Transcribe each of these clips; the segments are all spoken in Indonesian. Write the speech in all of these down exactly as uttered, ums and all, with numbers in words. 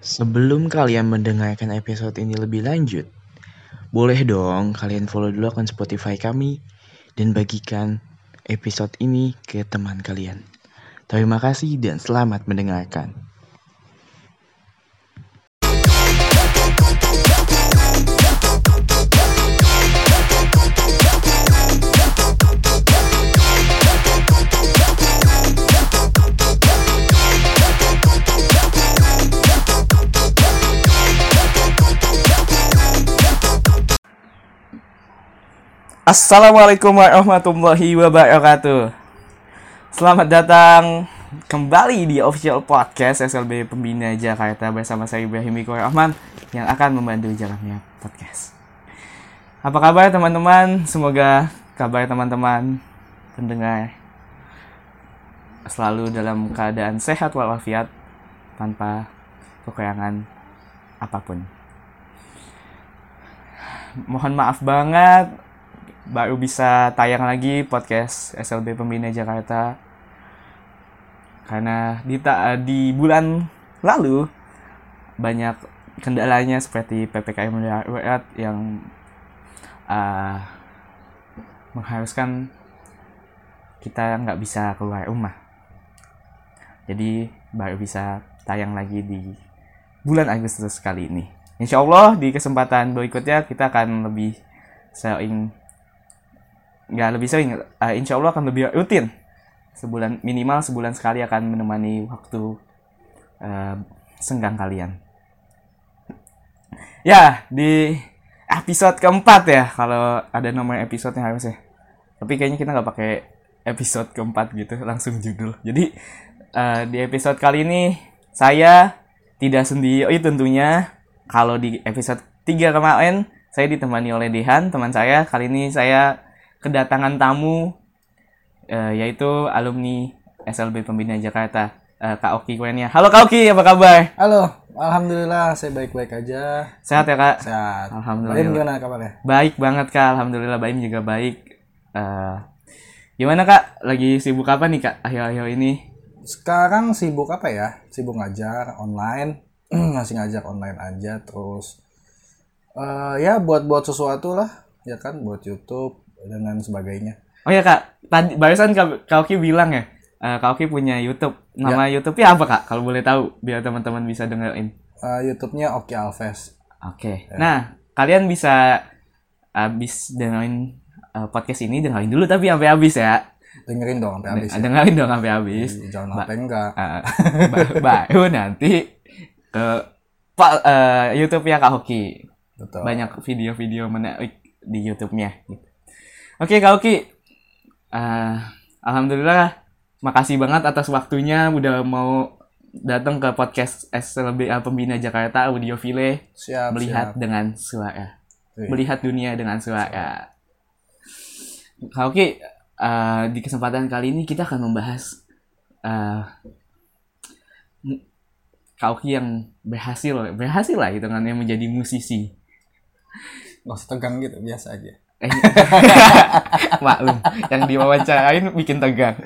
Sebelum kalian mendengarkan episode ini lebih lanjut, boleh dong kalian follow dulu akun Spotify kami dan bagikan episode ini ke teman kalian. Terima kasih dan selamat mendengarkan. Assalamualaikum warahmatullahi wabarakatuh. Selamat datang kembali di official podcast S L B Pembina Jakarta bersama saya Ibrahim Iko Rahman yang akan membantu jalannya podcast. Apa kabar teman-teman? Semoga kabar teman-teman pendengar selalu dalam keadaan sehat walafiat tanpa kekurangan apapun. Mohon maaf banget baru bisa tayang lagi podcast S L B Pembina Jakarta karena di, ta- di bulan lalu banyak kendalanya seperti P P K M darurat yang uh, mengharuskan kita nggak bisa keluar rumah. Jadi baru bisa tayang lagi di bulan Agustus kali ini. Insya Allah di kesempatan berikutnya kita akan lebih sering nggak lebih sering, uh, insya Allah akan lebih rutin. Sebulan, minimal sebulan sekali akan menemani waktu uh, senggang kalian. Ya, di episode keempat ya, kalau ada nomor episodenya harusnya. Tapi kayaknya kita nggak pakai episode keempat gitu, langsung judul. Jadi uh, di episode kali ini saya tidak sendiri tentunya. Kalau di episode tiga kemarin saya ditemani oleh Dehan, teman saya. Kali ini saya kedatangan tamu uh, yaitu alumni S L B Pembina Jakarta, uh, Kak Oki Kurnia. Halo Kak Oki, apa kabar? Halo, alhamdulillah saya baik-baik aja. Sehat ya Kak? Sehat. Alhamdulillah. Baim gimana kabarnya? Baik banget Kak, alhamdulillah. Baim juga baik. Uh, gimana Kak? Lagi sibuk apa nih Kak akhir-akhir ini? Sekarang sibuk apa ya? Sibuk ngajar online, masih ngajar online aja. Terus uh, ya buat-buat sesuatu lah, ya kan, buat YouTube dan lain sebagainya. Oh ya Kak, tadi barusan Kak, Kak Oki bilang ya, uh, Kak Oki punya YouTube. Nama ya. YouTube-nya apa Kak? Kalau boleh tahu, biar teman-teman bisa dengerin. Uh, YouTube-nya Oki Alves. Oke. Okay. Ya. Nah, kalian bisa habis dengerin uh, podcast ini, dengerin dulu tapi sampai habis ya. Dengerin dong sampai habis. D- ya. Dengerin dong sampai habis. Jangan ba- sampai enggak. Uh, baru nanti ke uh, YouTube-nya Kak Oki. Betul. Banyak video-video menarik di YouTube-nya. Gitu. Oke Kak Oki, uh, alhamdulillah, makasih banget atas waktunya udah mau datang ke podcast S L B Pembina Jakarta Audiofile. Siap, melihat siap. dengan suara, Wih. melihat dunia dengan suara. Kak Oki, uh, di kesempatan kali ini kita akan membahas uh, Kak Oki yang berhasil, berhasil lah gitu kan, yang menjadi musisi. Nggak usah tegang gitu, biasa aja. Maklum, yang diwawancarain bikin tegang.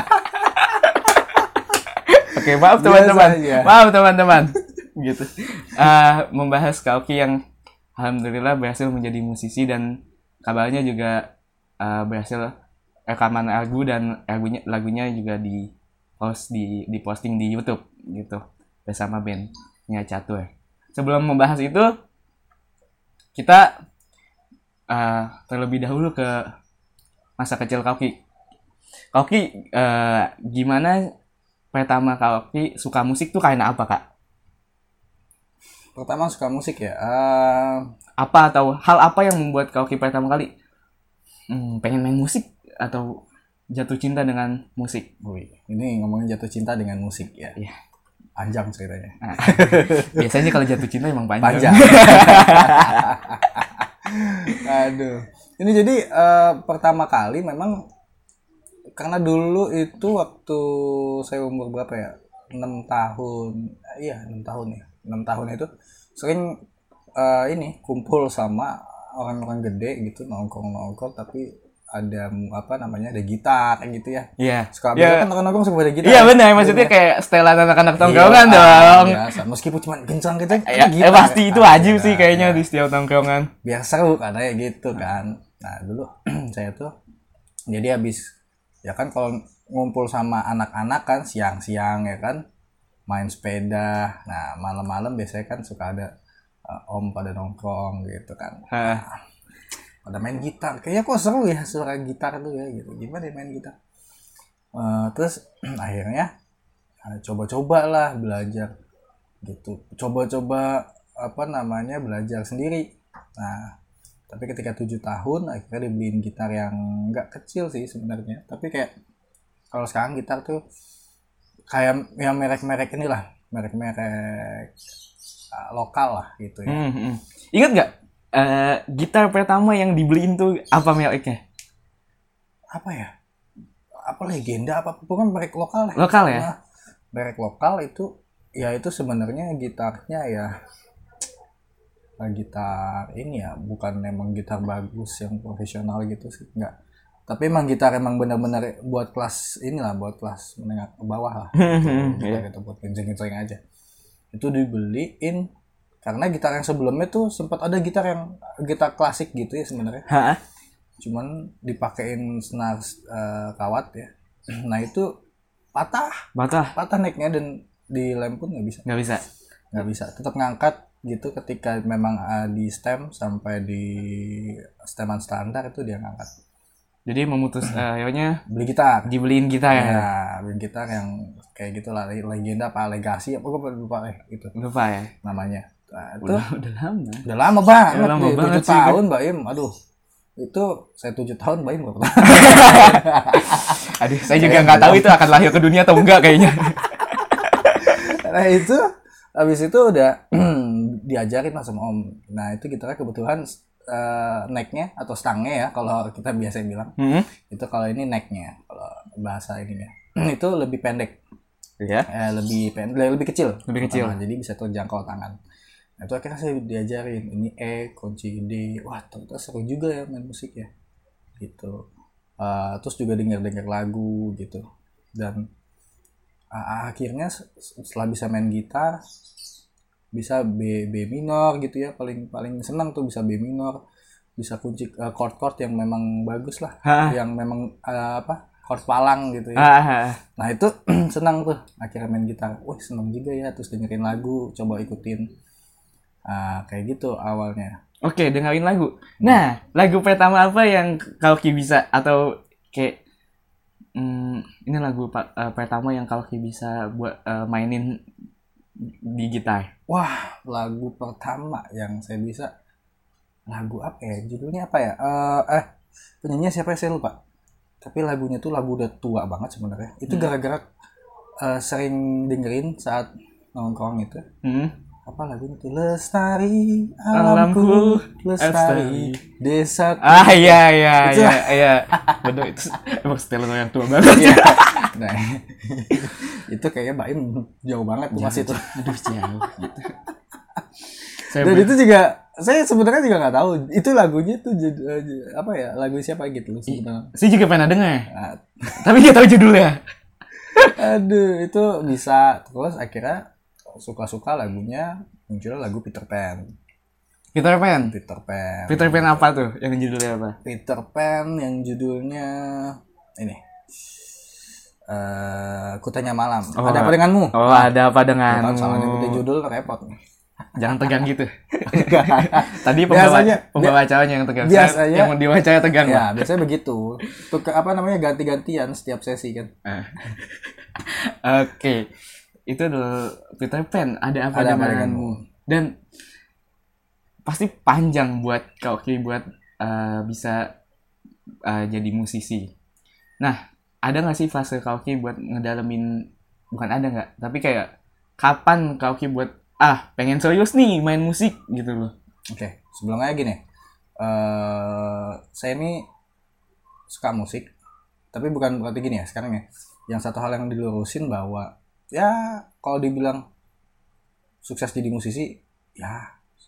Oke, maaf teman-teman. Maaf teman-teman. Gitu. Uh, membahas Kak Oki yang alhamdulillah berhasil menjadi musisi dan kabarnya juga uh, berhasil rekaman lagu dan lagunya lagunya juga di post di di posting di YouTube gitu bersama bandnya Catur. Sebelum membahas itu, kita Uh, terlebih dahulu ke masa kecil Kak Oki. Kak Oki, uh, gimana pertama Kak Oki suka musik tuh karena apa Kak? Pertama suka musik ya. Uh... Apa atau hal apa yang membuat Kak Oki pertama kali hmm, pengen main musik atau jatuh cinta dengan musik? Wih, ini ngomongin jatuh cinta dengan musik ya. Iya. Panjang ceritanya. Nah, biasanya kalau jatuh cinta emang panjang. Panjang. Aduh, ini jadi uh, pertama kali memang karena dulu itu waktu saya umur berapa ya, enam tahun, iya enam tahun ya, enam tahun itu sering uh, ini kumpul sama orang-orang gede gitu, nongkrong-nongkrong tapi ada apa namanya ada gitar kayak gitu ya. Iya. Suka Iya. kan nongkrong suka ada gitar. Iya ya. benar, maksudnya kayak setelan anak-anak tongkrongan Iya, dong. biasa. Meskipun cuma kencang gitu Ya, gitar, eh, pasti itu Ah, wajib iya, sih kayaknya iya. di setiap tongkrongan. Biar seru karena ya gitu kan. Nah dulu saya tuh jadi habis ya kan kalau ngumpul sama anak-anak kan siang-siang ya kan main sepeda. Nah malam-malam biasanya kan suka ada uh, om pada nongkrong gitu kan. Hah. Pada main gitar. Kayaknya kok seru ya suara gitar tuh ya gitu. Gimana ya main gitar? Uh, terus akhirnya uh, coba-coba lah belajar gitu. Coba-coba apa namanya belajar sendiri. Nah tapi ketika tujuh tahun akhirnya dibeliin gitar yang nggak kecil sih sebenarnya. Tapi kayak kalau sekarang gitar tuh kayak yang merek-merek inilah, merek-merek uh, lokal lah gitu ya. Hmm, hmm. Ingat nggak eh, gitar pertama yang dibeliin tuh apa mereknya? Apa ya? Apa legenda apa bukan merek lokal lah. Lokal ya? Nah, merek lokal itu ya itu sebenarnya gitarnya ya nah, gitar ini ya bukan memang gitar bagus yang profesional gitu sih enggak. Tapi emang gitar emang benar-benar buat kelas inilah buat kelas menengah ke bawah lah. Hmm, Gitar iya. itu buat kenceng-kenceng aja. Itu dibeliin karena gitar yang sebelumnya tuh sempat ada gitar yang gitar klasik gitu ya sebenarnya. Hah? Cuman dipakein senar uh, kawat ya. Nah itu patah, Batah? patah necknya dan dilem pun nggak bisa, Nggak bisa. nggak bisa. Tetap ngangkat gitu ketika memang uh, di stem sampai di steman standar itu dia ngangkat. Jadi memutus eh, akhirnya Beli gitar. dibeliin gitar ya? Ya, beli gitar yang kayak gitulah legenda apa legasi apa gue lupa eh gitu Lupa ya? namanya. Nah, itu Udah, udah lama. udah lama banget, Udah lama nih, banget tujuh sih, tahun Mbak Im. Aduh, itu saya tujuh tahun Mbak Im berapa tahun? Aduh, saya juga nggak tahu itu akan lahir ke dunia atau enggak kayaknya. Nah itu habis itu udah diajarin lah sama om. Nah itu gitarnya kebetulan uh, necknya atau stangnya ya kalau kita biasa bilang Hmm? itu kalau ini necknya kalau bahasa ininya itu lebih pendek, Iya. eh, lebih pendek, lebih kecil, Lebih kecil. Nah, jadi bisa terjangkau tangan. Nah itu akhirnya saya diajarin ini E, kunci D. Wah ternyata seru juga ya main musik ya gitu. Uh, terus juga denger-denger lagu gitu dan uh, akhirnya setelah bisa main gitar bisa B B minor gitu ya paling paling senang tuh bisa B minor bisa kunci uh, chord-chord yang memang bagus lah Hah? yang memang uh, apa chord palang gitu ya. Ah, Nah itu senang tuh akhirnya main gitar. Wah senang juga ya terus dengerin lagu coba ikutin uh, kayak gitu awalnya. Oke, dengerin lagu. Nah, lagu pertama apa yang kalau Ki bisa atau kayak hmm, ini lagu pa- eh, pertama yang kalau Ki bisa buat eh, mainin di gitar. Wah lagu pertama yang saya bisa lagu apa ya judulnya apa ya eh eh penyanyinya siapa ya saya lupa tapi lagunya tuh lagu udah tua banget sebenarnya itu gara-gara eh, sering dengerin saat nongkrong itu Hmm? apa lagunya tuh lestari Alamku, alamku lestari. lestari desa Ah iya iya Itu- iya iya. Bener itu emang setelan yang tua banget. Iya. Nah, itu kayaknya Mbak Im jauh banget tuh mas itu. Aduh jauh gitu. Saya Dan ber- itu juga saya sebenarnya juga nggak tahu itu lagunya tuh jud- eh, apa ya lagu siapa gitu loh sebenarnya. saya juga pernah dengar, Nah, tapi nggak tahu judulnya. aduh itu bisa terus akhirnya suka-suka lagunya muncul lagu Peter Pan. Peter Pan. Peter Pan. Peter Pan apa tuh? Yang judulnya apa? Peter Pan yang judulnya ini. Eh, Kutanya Malam. Oh, Ada apa denganmu? Oh, ada apa Kan denganmu? salah nyebutin judul repot nih. Jangan tegang gitu. Tadi pembawa Biasanya- pembawa acaranya yang tegang. biasanya- Saya yang diwawancara tegang, Pak. Ya, biasanya begitu. Tuk, apa namanya ganti-gantian setiap sesi kan. Eh. Oke. Itu adalah Peter Pan. Ada apa Ada apa denganmu? denganmu? Dan pasti panjang buat kau Ki buat eh, bisa eh, jadi musisi. Nah, ada nggak sih fase kau Ki buat ngedalemin, bukan ada nggak, tapi kayak kapan kau Ki buat ah pengen serius nih main musik gitu loh. Oke, sebelumnya gini. Eh, saya ini suka musik, tapi bukan berarti gini ya sekarang ya. Yang satu hal yang dilurusin bahwa ya kalau dibilang sukses jadi musisi, ya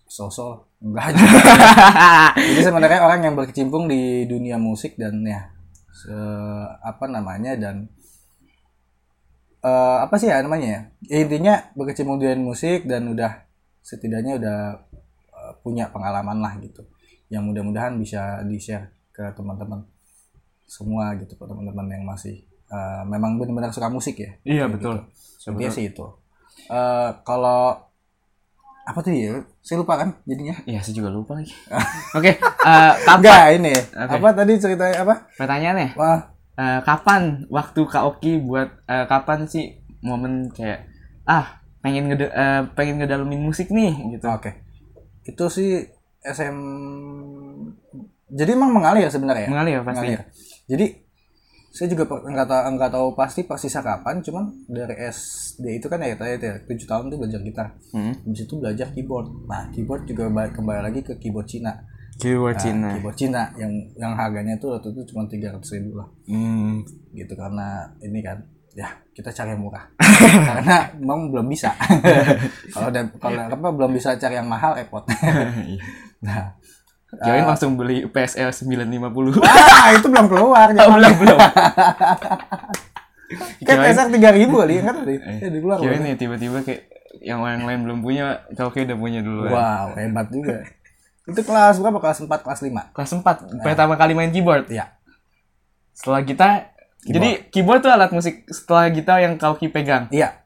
sosok enggak juga. Jadi sebenarnya orang yang berkecimpung di dunia musik dan ya se, apa namanya dan uh, apa sih ya namanya ya? Ya, intinya berkecimpung di dunia musik dan udah setidaknya udah uh, punya pengalaman lah gitu. Yang mudah-mudahan bisa di-share ke teman-teman semua gitu, ke teman-teman yang masih uh, memang benar-benar suka musik ya. Iya betul. Gitu. Intinya sih itu. Uh, kalau apa tuh ya? Saya lupa kan jadinya. Iya, saya juga lupa lagi. Oke, uh, kapan? Enggak, ini. Okay. Apa tadi ceritanya apa? Pertanyaannya. Wah, uh, kapan waktu Kak Oki buat uh, kapan sih momen kayak ah pengen ngede uh, pengen ngedalamin musik nih gitu. Oke. Okay. Itu sih S M jadi emang mengalir sebenarnya. Mengalir pasti. Mengalir. Jadi saya juga nggak tahu nggak tahu pasti persisnya kapan, cuman dari S D itu kan ya tadi ya tujuh tahun tuh belajar gitar. Hmm. Habis itu belajar keyboard. Nah, keyboard juga kembali lagi ke keyboard Cina. Keyboard nah, Cina. Keyboard Cina yang yang harganya tuh waktu itu cuma tiga ratus ribu lah. Hmm. Gitu karena ini kan ya kita cari yang murah. Karena memang belum bisa. Kalau kalau apa belum bisa cari yang mahal repot. Nah, kirain uh, langsung beli P S L sembilan lima puluh. Ah, itu belum keluar. Oh, belum, belum. Kan P S L tiga ribu kali kan tadi. Eh, di keluar. Kirain nih tiba-tiba kayak yang orang lain belum punya, kau kayak udah punya dulu. Wow, hebat juga. Itu kelas berapa? Kelas empat, kelas lima. Kelas empat. Nah. Pertama kali main keyboard. Iya. Setelah kita keyboard. Jadi keyboard tuh alat musik setelah kita yang kau ki pegang. Iya.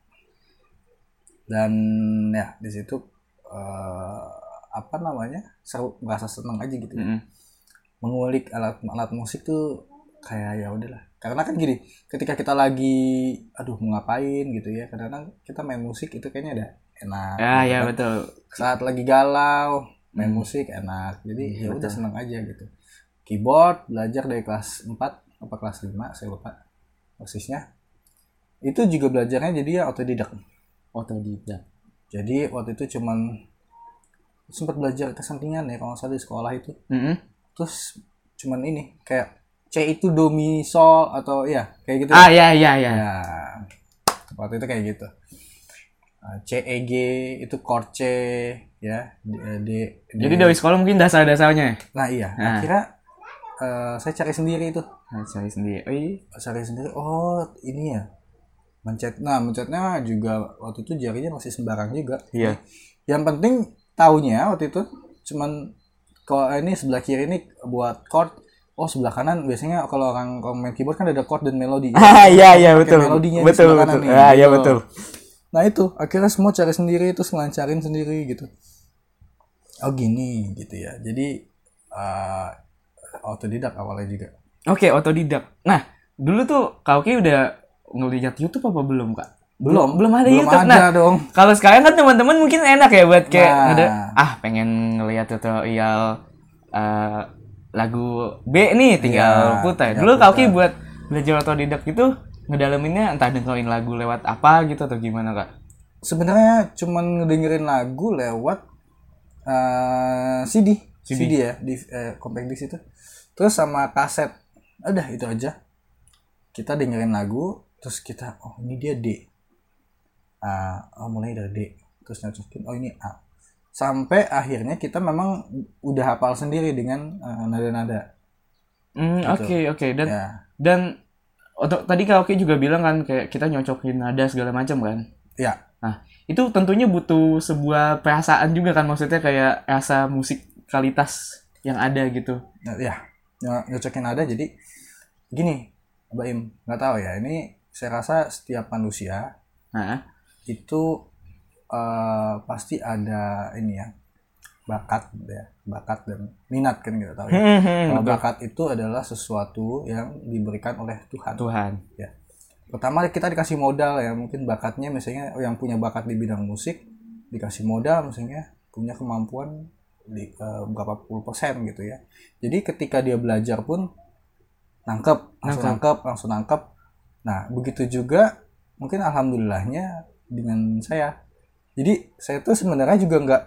Dan ya di situ uh, apa namanya seru, merasa senang aja gitu. Mm-hmm. Mengulik alat-alat musik tuh kayak ya udahlah. Karena kan gini, ketika kita lagi aduh mau ngapain gitu ya, kadang-kadang kita main musik itu kayaknya ada enak. Ya gitu ya kan. Betul. Saat lagi galau main hmm. musik enak. Jadi hmm, ya udah senang aja gitu. Keyboard belajar dari kelas empat apa kelas lima saya lupa persisnya. Itu juga belajarnya jadi ya otodidak. Otodidak. Jadi waktu itu cuman sempat belajar kesampingan ya kalau nggak salah di sekolah itu. Mm-hmm. Terus cuman ini kayak C itu do mi sol atau ya kayak gitu. Ah ya ya ya. Ya. Waktu itu kayak gitu. C E G itu chord C ya D, D, D. Jadi dari sekolah mungkin dasar-dasarnya. Nah iya. Nah. Akhirnya uh, saya cari sendiri itu. Nah, cari sendiri. Oh iya. Cari sendiri. Oh ini ya. Mencet. Nah mencetnya juga waktu itu jarinya masih sembarang juga. Iya. Yang penting taunya waktu itu cuman kalau ini sebelah kiri ini buat chord. Oh sebelah kanan biasanya kalau orang main keyboard kan ada chord dan melodi. Ah iya iya betul. Melodinya betul betul. Ah iya betul. Nah itu akhirnya semua cari sendiri terus ngelancarin sendiri gitu. Oh gini gitu ya. Jadi uh, otodidak awalnya juga. Oke, okay, otodidak. Nah, dulu tuh Kak Oki udah ngeliat YouTube apa belum, Kak? Belum, belum ada belum YouTube. Ada nah, dong. Kalau sekarang kan teman-teman mungkin enak ya buat kayak nah. ada ah pengen ngeliat tutorial uh, lagu B nih tinggal ya, putar. Dulu Kak Oki buat belajar otodidak itu ngedalaminnya entah dengerin lagu lewat apa gitu atau gimana, Kak? Sebenarnya cuman ngedengerin lagu lewat uh, C D. C D, C D ya di uh, compact disc itu. Terus sama kaset. Udah itu aja. Kita dengerin lagu terus kita oh ini dia D. Uh, oh mulai dari D. Terus nyocokin oh ini A. Sampai akhirnya kita memang udah hafal sendiri dengan uh, nada-nada. Hmm, oke gitu. oke okay. dan ya. dan untuk tadi Kak Oki juga bilang kan kayak kita nyocokin nada segala macam kan. Iya. Nah, itu tentunya butuh sebuah perasaan juga kan maksudnya kayak rasa musikalitas yang ada gitu. Ya, nyocokin nada jadi gini, Mbak Im, nggak tahu ya. Ini saya rasa setiap manusia nah. itu uh, pasti ada ini ya bakat ya, bakat dan minat kan kita tahu. Ya. Kalau bakat itu adalah sesuatu yang diberikan oleh Tuhan. Tuhan. Ya. Pertama kita dikasih modal ya, mungkin bakatnya misalnya yang punya bakat di bidang musik dikasih modal misalnya punya kemampuan di uh, berapa puluh persen gitu ya. Jadi ketika dia belajar pun nangkep, langsung nangkep, langsung nangkep. Nah begitu juga mungkin alhamdulillahnya dengan saya. Jadi saya tuh sebenarnya juga nggak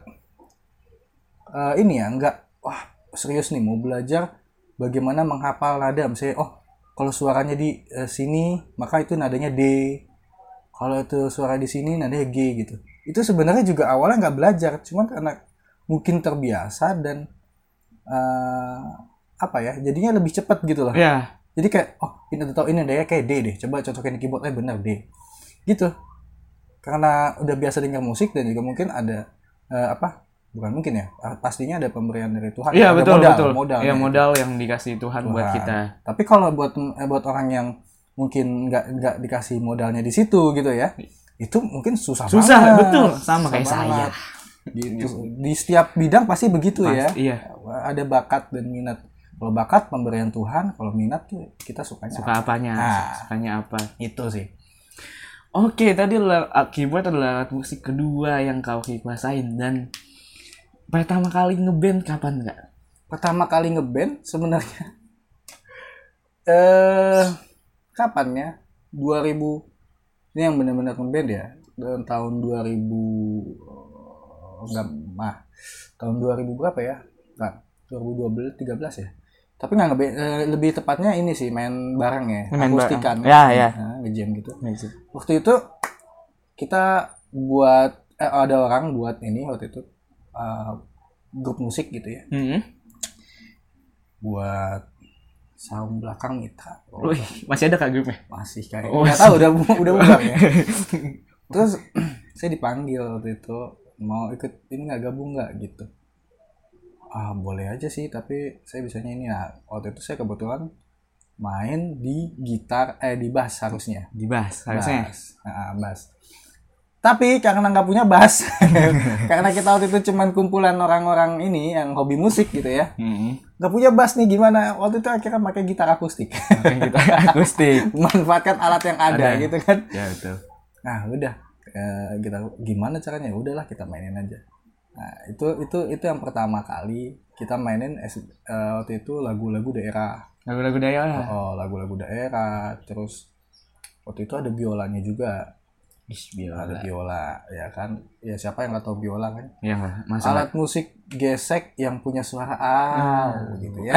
uh, ini ya, nggak wah serius nih mau belajar bagaimana menghafal nada misalnya. Oh kalau suaranya di uh, sini, maka itu nadanya D. Kalau itu suara di sini, nadanya G gitu. Itu sebenarnya juga awalnya nggak belajar, cuman karena mungkin terbiasa dan uh, apa ya jadinya lebih cepat gitu loh. Iya. Jadi kayak oh ini tahu ini deh kayak D deh, coba cocokin keyboard eh bener D gitu. Karena udah biasa dengar musik dan juga mungkin ada uh, apa bukan mungkin ya pastinya ada pemberian dari Tuhan. Iya ada betul modal, betul. Modal, ya gitu. modal yang dikasih Tuhan, Tuhan buat kita. Tapi kalau buat eh, buat orang yang mungkin nggak nggak dikasih modalnya di situ gitu ya, itu mungkin susah. Susah banget. betul sama susah kayak banget. saya. Gitu. Di setiap bidang pasti begitu Pasti, ya. Iya. Ada bakat dan minat. Kalau bakat pemberian Tuhan, kalau minat tuh kita sukanya. Suka apa. apanya? Nah, sukanya apa? Itu sih. Oke, tadi keyboard adalah alat musik kedua yang kau kuasain dan pertama kali ngeband kapan nggak? Pertama kali ngeband sebenarnya eh kapan ya? dua ribu ini yang benar-benar ngeband ya. Dan tahun dua ribu enggak mah. Tahun dua ribu berapa ya? Enggak, dua ribu dua belas tiga belas ya. Tapi nggak ngeband, eh, lebih tepatnya ini sih main bareng ya, main akustikan. Ya, ya. Nah, nge-jam gitu. Nge-jam. Waktu itu kita buat eh, ada orang buat ini waktu itu uh, grup musik gitu ya. Mm-hmm. Buat sound belakang Mitra. Oh, Wih, masih ada kak grupnya? Masih kayak oh, nggak tahu udah udah bubar ya. Terus saya dipanggil waktu itu mau ikut ini nggak gabung nggak gitu. Ah boleh aja sih tapi saya bisanya ini ya. Waktu itu saya kebetulan main di gitar eh di bass harusnya. Di bass harusnya. Bass. Nah, bass. Tapi karena nggak punya bass, karena kita waktu itu cuman kumpulan orang-orang ini yang hobi musik gitu ya, mm-hmm. nggak punya bass nih gimana? Waktu itu akhirnya pakai gitar akustik. Pakai gitar akustik. Manfaatkan alat yang ada, ada gitu kan? Ya betul. Nah udah, eh, kita gimana caranya? Udahlah kita mainin aja. Nah itu itu itu yang pertama kali kita mainin uh, waktu itu lagu-lagu daerah. Lagu-lagu daerah. Oh lagu-lagu daerah. Terus waktu itu ada biolanya juga. Ish, biola. Ada biola ya kan ya siapa yang nggak tahu biola kan ya, alat musik gesek yang punya suara ah oh, gitu ya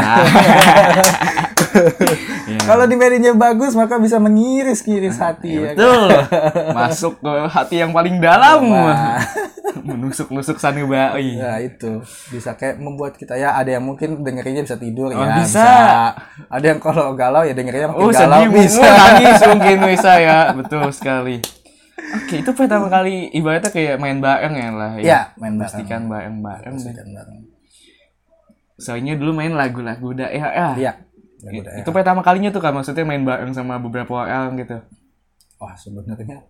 yeah. Kalau dimaininnya bagus maka bisa mengiris-kiris hati ya, ya betul kan? Masuk ke hati yang paling dalam menusuk-nusuk sanubari ya itu bisa kayak membuat kita ya ada yang mungkin dengerinnya bisa tidur oh, ya bisa. bisa ada yang kalau galau ya dengerinnya makin oh, galau sedih, bisa nangis mungkin bisa ya betul sekali. Oke, itu pertama kali ibaratnya kayak main bareng ya lah. Ya, ya main bareng. Pastikan bareng-bareng. Pastikan bareng. Soalnya dulu main lagu-lagu daerah. Iya. Lagu daerah. Itu pertama kalinya tuh kan maksudnya main bareng sama beberapa orang gitu. Wah, sebenarnya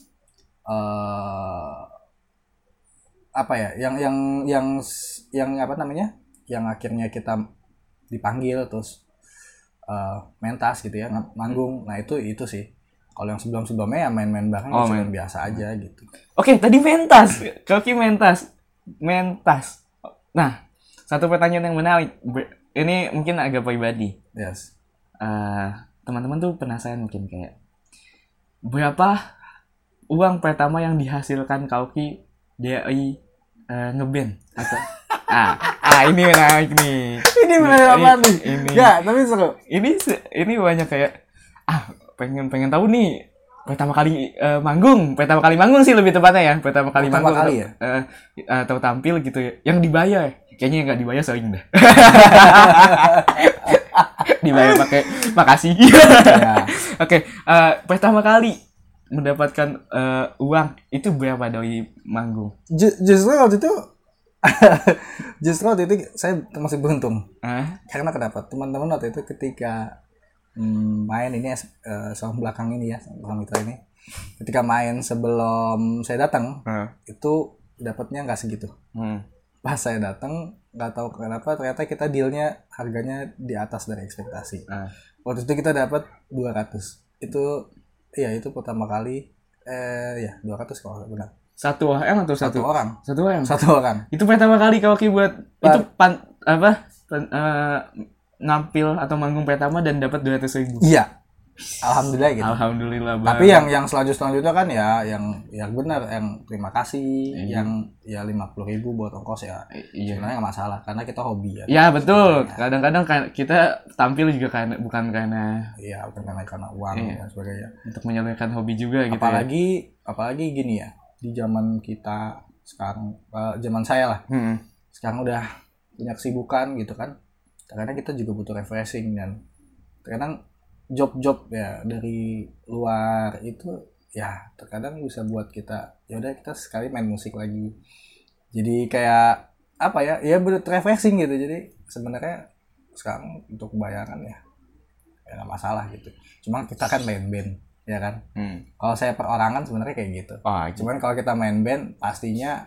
uh, apa ya? Yang yang yang yang apa namanya? Yang akhirnya kita dipanggil terus uh, mentas gitu ya, manggung. Nah, itu itu sih. Kalau yang sebelum-sebelumnya ya main-main bareng oh, main. biasa aja gitu. Oke, tadi mentas. Koki mentas. Mentas. Nah, satu pertanyaan yang menarik. Ini mungkin agak pribadi. Yes. Uh, teman-teman tuh penasaran mungkin kayak berapa uang pertama yang dihasilkan Koki dari uh, ngeband atau ah, ah ini menarik nih. Ini menarik apa nih? Ini. Ya, tapi seru. Ini ini banyak kayak ah pengen pengen tahu nih pertama kali uh, manggung pertama kali manggung sih lebih tepatnya ya pertama kali pertama manggung kali atau, ya uh, atau tampil gitu ya yang dibayar kayaknya nggak dibayar sering dah dibayar pakai makasih ya. Oke okay, uh, pertama kali mendapatkan uh, uang itu berapa dari manggung J- justru waktu itu justru waktu itu saya termasuk beruntung uh? karena kenapa teman-teman waktu itu ketika Hmm, main ini uh, sound belakang ini ya belakang itu ini ketika main sebelum saya datang hmm. itu dapatnya nggak segitu hmm. pas saya datang nggak tahu kenapa ternyata kita dealnya harganya di atas dari ekspektasi hmm. waktu itu kita dapat dua ratus itu iya itu pertama kali eh ya dua ratus kalau benar satu orang atau satu, satu orang satu orang satu orang itu pertama kali kalau buat Par- itu pan apa pan, uh, ngampil atau manggung pertama dan dapat dua ratus ribu. Iya. Alhamdulillah gitu. Alhamdulillah. Tapi yang yang selanjutnya selanjutnya kan ya yang yang benar yang terima kasih iya. yang ya lima puluh ribu buat ongkos ya. Iya. Sebenarnya nggak masalah karena kita hobi ya. Ya betul. Sebenarnya. Kadang-kadang kita tampil juga karena bukan karena iya bukan karena karena uang iya. dan sebagainya. Untuk menyalurkan hobi juga gitu. Apalagi ya. apalagi gini ya di zaman kita sekarang uh, zaman saya lah. Hmm. sekarang udah punya kesibukan gitu kan. Karena kita juga butuh refreshing, dan terkadang job-job ya dari luar itu ya terkadang bisa buat kita ya udah kita sekali main musik lagi. Jadi kayak apa ya? Ya buat refreshing gitu. Jadi sebenarnya sekarang untuk bayaran ya ya nggak masalah gitu. Cuma kita kan main band ya kan. Hmm. Kalau saya perorangan sebenarnya kayak gitu. Oh, gitu. Cuman kalau kita main band pastinya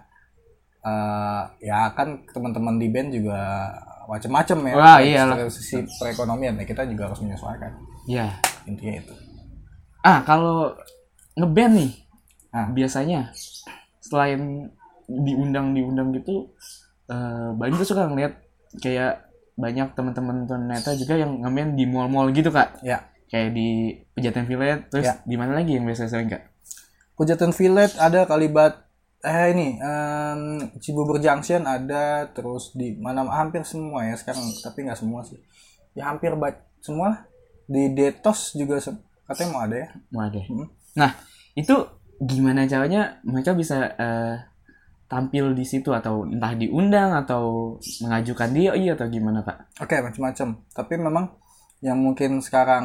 uh, ya kan teman-teman di band juga macam-macam ya. Wah, iyalah. Dari sisi perekonomian ya kita juga harus menyesuaikan. Iya. Intinya itu. Ah, kalau ngeband nih, ah. biasanya selain diundang-diundang gitu, uh, banyak tuh suka ngeliat kayak banyak teman-teman tunanetra juga yang ngeband di mall-mall gitu kak. Ya. Kayak di Pejaten Village, terus ya. Di mana lagi yang biasa sering kak? Pejaten Village ada, Kalibat. Eh ini um, Cibubur Junction ada, terus di mana hampir semua ya sekarang, tapi nggak semua sih ya, hampir bat semua. Di Detos juga se- katanya mau ada ya, mau ada. Hmm. Nah itu gimana caranya mereka bisa uh, tampil di situ, atau entah diundang atau mengajukan diri atau gimana pak? Oke, macam-macam, tapi memang yang mungkin sekarang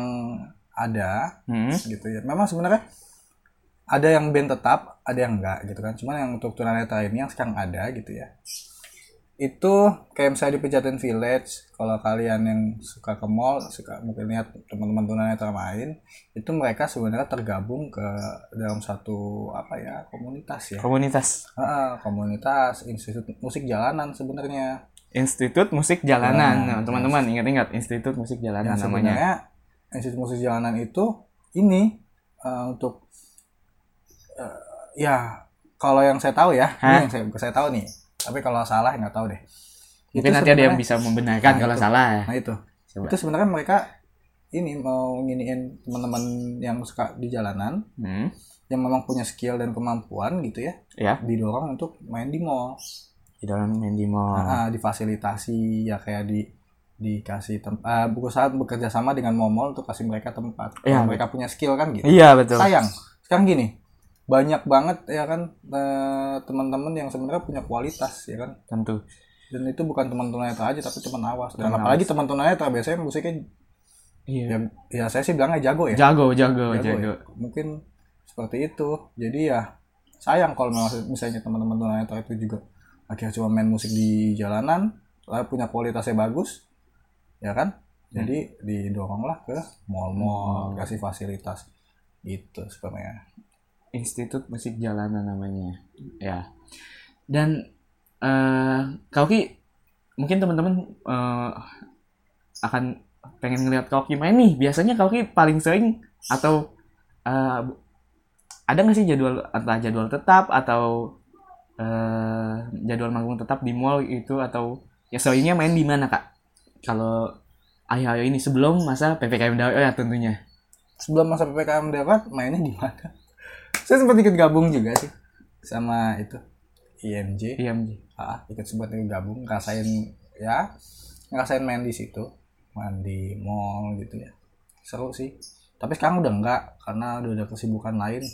ada hmm. gitu ya, memang sebenarnya ada yang band tetap, ada yang enggak gitu kan. Cuman yang untuk tunanetra ini yang sekarang ada gitu ya. Itu kayak misalnya di Pejaten Village, kalau kalian yang suka ke mall, suka mungkin lihat teman-teman tunanetra main, itu mereka sebenarnya tergabung ke dalam satu apa ya, komunitas ya. Komunitas. Uh, komunitas Institut Musik Jalanan sebenarnya. Institut Musik Jalanan. Nah, teman-teman ingat-ingat Institut Musik Jalanan yang namanya. Institut Musik Jalanan itu ini uh, untuk Uh, ya kalau yang saya tahu ya, ini yang saya, saya tahu nih, tapi kalau salah nggak tahu deh. Mungkin itu nanti ada yang bisa membenarkan nah, kalau itu. salah. Nah itu, Coba. Itu sebenarnya mereka ini mau nginiin teman-teman yang suka di jalanan, hmm. yang memang punya skill dan kemampuan gitu ya, ya. Didorong untuk main di mall. Didorong main di mall. Nah, difasilitasi ya kayak di dikasih tempat, uh, berusaha bekerja sama dengan mall-mall untuk kasih mereka tempat. Ya, mereka punya skill kan gitu. Iya betul. Sayang sekarang gini. Banyak banget ya kan eh, teman-teman yang sebenarnya punya kualitas ya kan, tentu, dan itu bukan teman tunanetra aja tapi teman awas, dan teman apalagi teman tunanetra biasanya musiknya iya. ya, ya saya sih bilangnya jago ya jago jago jago, jago. Ya. Mungkin seperti itu, jadi ya sayang kalau misalnya teman-teman tunanetra itu juga akhirnya cuma main musik di jalanan, lalu punya kualitasnya bagus ya kan, jadi hmm. didoronglah ke mall-mall, hmm. kasih fasilitas itu sebenarnya. Institut Musik Jalanan namanya ya. Dan uh, Kauki mungkin teman-teman uh, akan pengen ngeliat Kauki main nih. Biasanya Kauki paling sering atau uh, ada nggak sih jadwal, entah jadwal tetap atau uh, jadwal manggung tetap di mall itu, atau ya seringnya main di mana kak? Kalau ayo-ayo ini sebelum masa P P K M darurat ya tentunya. Sebelum masa P P K M darurat mainnya di mana? Saya sempat ikut gabung juga sih sama itu I M J. I M J. Ah, ikut sempat ikut gabung, ngerasain ya, ngerasain main di situ, main di mall gitu ya. Seru sih. Tapi sekarang udah enggak karena udah ada kesibukan lain.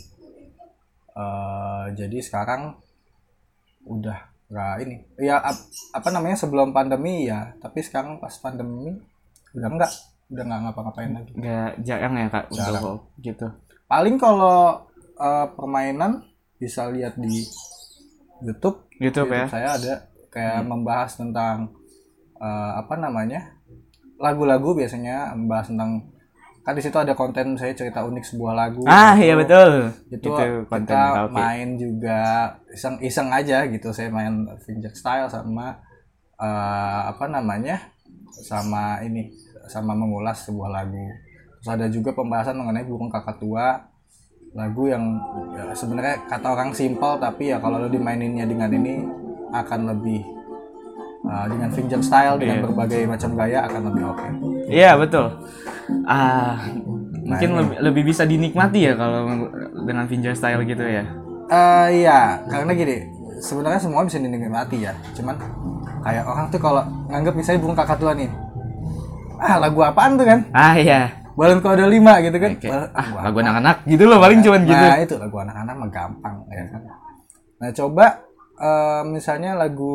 Uh, jadi sekarang udah enggak ini. Ya ap, apa namanya sebelum pandemi ya, tapi sekarang pas pandemi udah enggak, udah enggak ngapa-ngapain lagi. Enggak, jarang ya kak untuk gitu. Paling kalau Uh, permainan bisa lihat di YouTube. YouTube, YouTube ya. Saya ada kayak hmm. membahas tentang uh, apa namanya lagu-lagu, biasanya membahas tentang, kan di situ ada konten saya cerita unik sebuah lagu. Ah gitu. Iya betul. Itu, itu konten kita okay. main juga iseng-iseng aja gitu. Saya main fingerstyle sama uh, apa namanya sama ini sama mengulas sebuah lagu. Terus ada juga pembahasan mengenai burung kakak tua. Lagu yang ya, sebenarnya kata orang simpel, tapi ya kalau lo dimaininnya dengan ini akan lebih uh, dengan finger style, dengan yeah. berbagai macam gaya akan lebih oke. Okay. Iya yeah, betul. Ah uh, mungkin nah, lebih, lebih bisa dinikmati ya kalau dengan finger style gitu ya. Uh, iya, karena gini, sebenarnya semua bisa dinikmati ya. Cuman kayak orang tuh kalau nganggap misalnya burung kakak tua nih, ah lagu apaan tuh kan? Ah iya. Balon kode lima gitu kan. Oke. Ah, lagu anak-anak gitu loh paling cuman nah, gitu. Nah, itu lagu anak-anak mah gampang ya kan. Nah, coba uh, misalnya lagu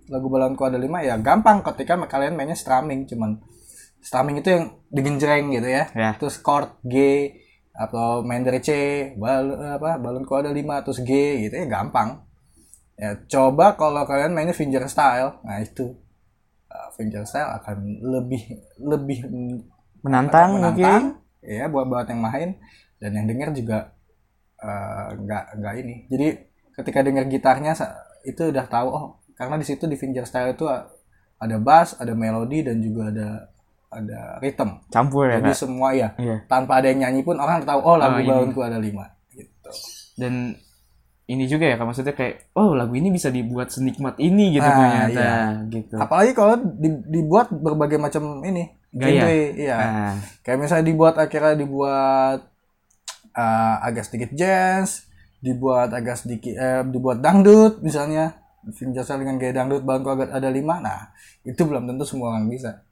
lagu Balonku Ada Lima ya gampang ketika kalian mainnya strumming, cuman strumming itu yang digenjreng gitu ya. Ya. Terus chord G atau main dari C, bal apa Balonku Ada Lima terus G gitu ya gampang. Ya coba kalau kalian mainnya fingerstyle, nah itu uh, fingerstyle akan lebih lebih Menantang, apa, mungkin. Ya buat buat yang main dan yang denger juga uh, nggak nggak ini. Jadi ketika denger gitarnya itu udah tahu oh karena di situ di fingerstyle itu ada bass, ada melodi dan juga ada ada rhythm. Campur ya. Jadi Kak? semua ya Iya. tanpa ada yang nyanyi pun orang tahu oh lagu Oh, Balonku Ada Lima gitu. Dan ini juga ya, maksudnya kayak oh lagu ini bisa dibuat senikmat ini gitu Nah, ternyata iya. gitu. Apalagi kalau di- dibuat berbagai macam ini Gaya. genre, iya. Nah, Kayak misalnya dibuat akhirnya dibuat uh, agak sedikit jazz, dibuat agak sedikit eh, dibuat dangdut misalnya, fingerstyle dengan gaya dangdut Balonku Ada Lima. Nah, itu belum tentu semua orang bisa.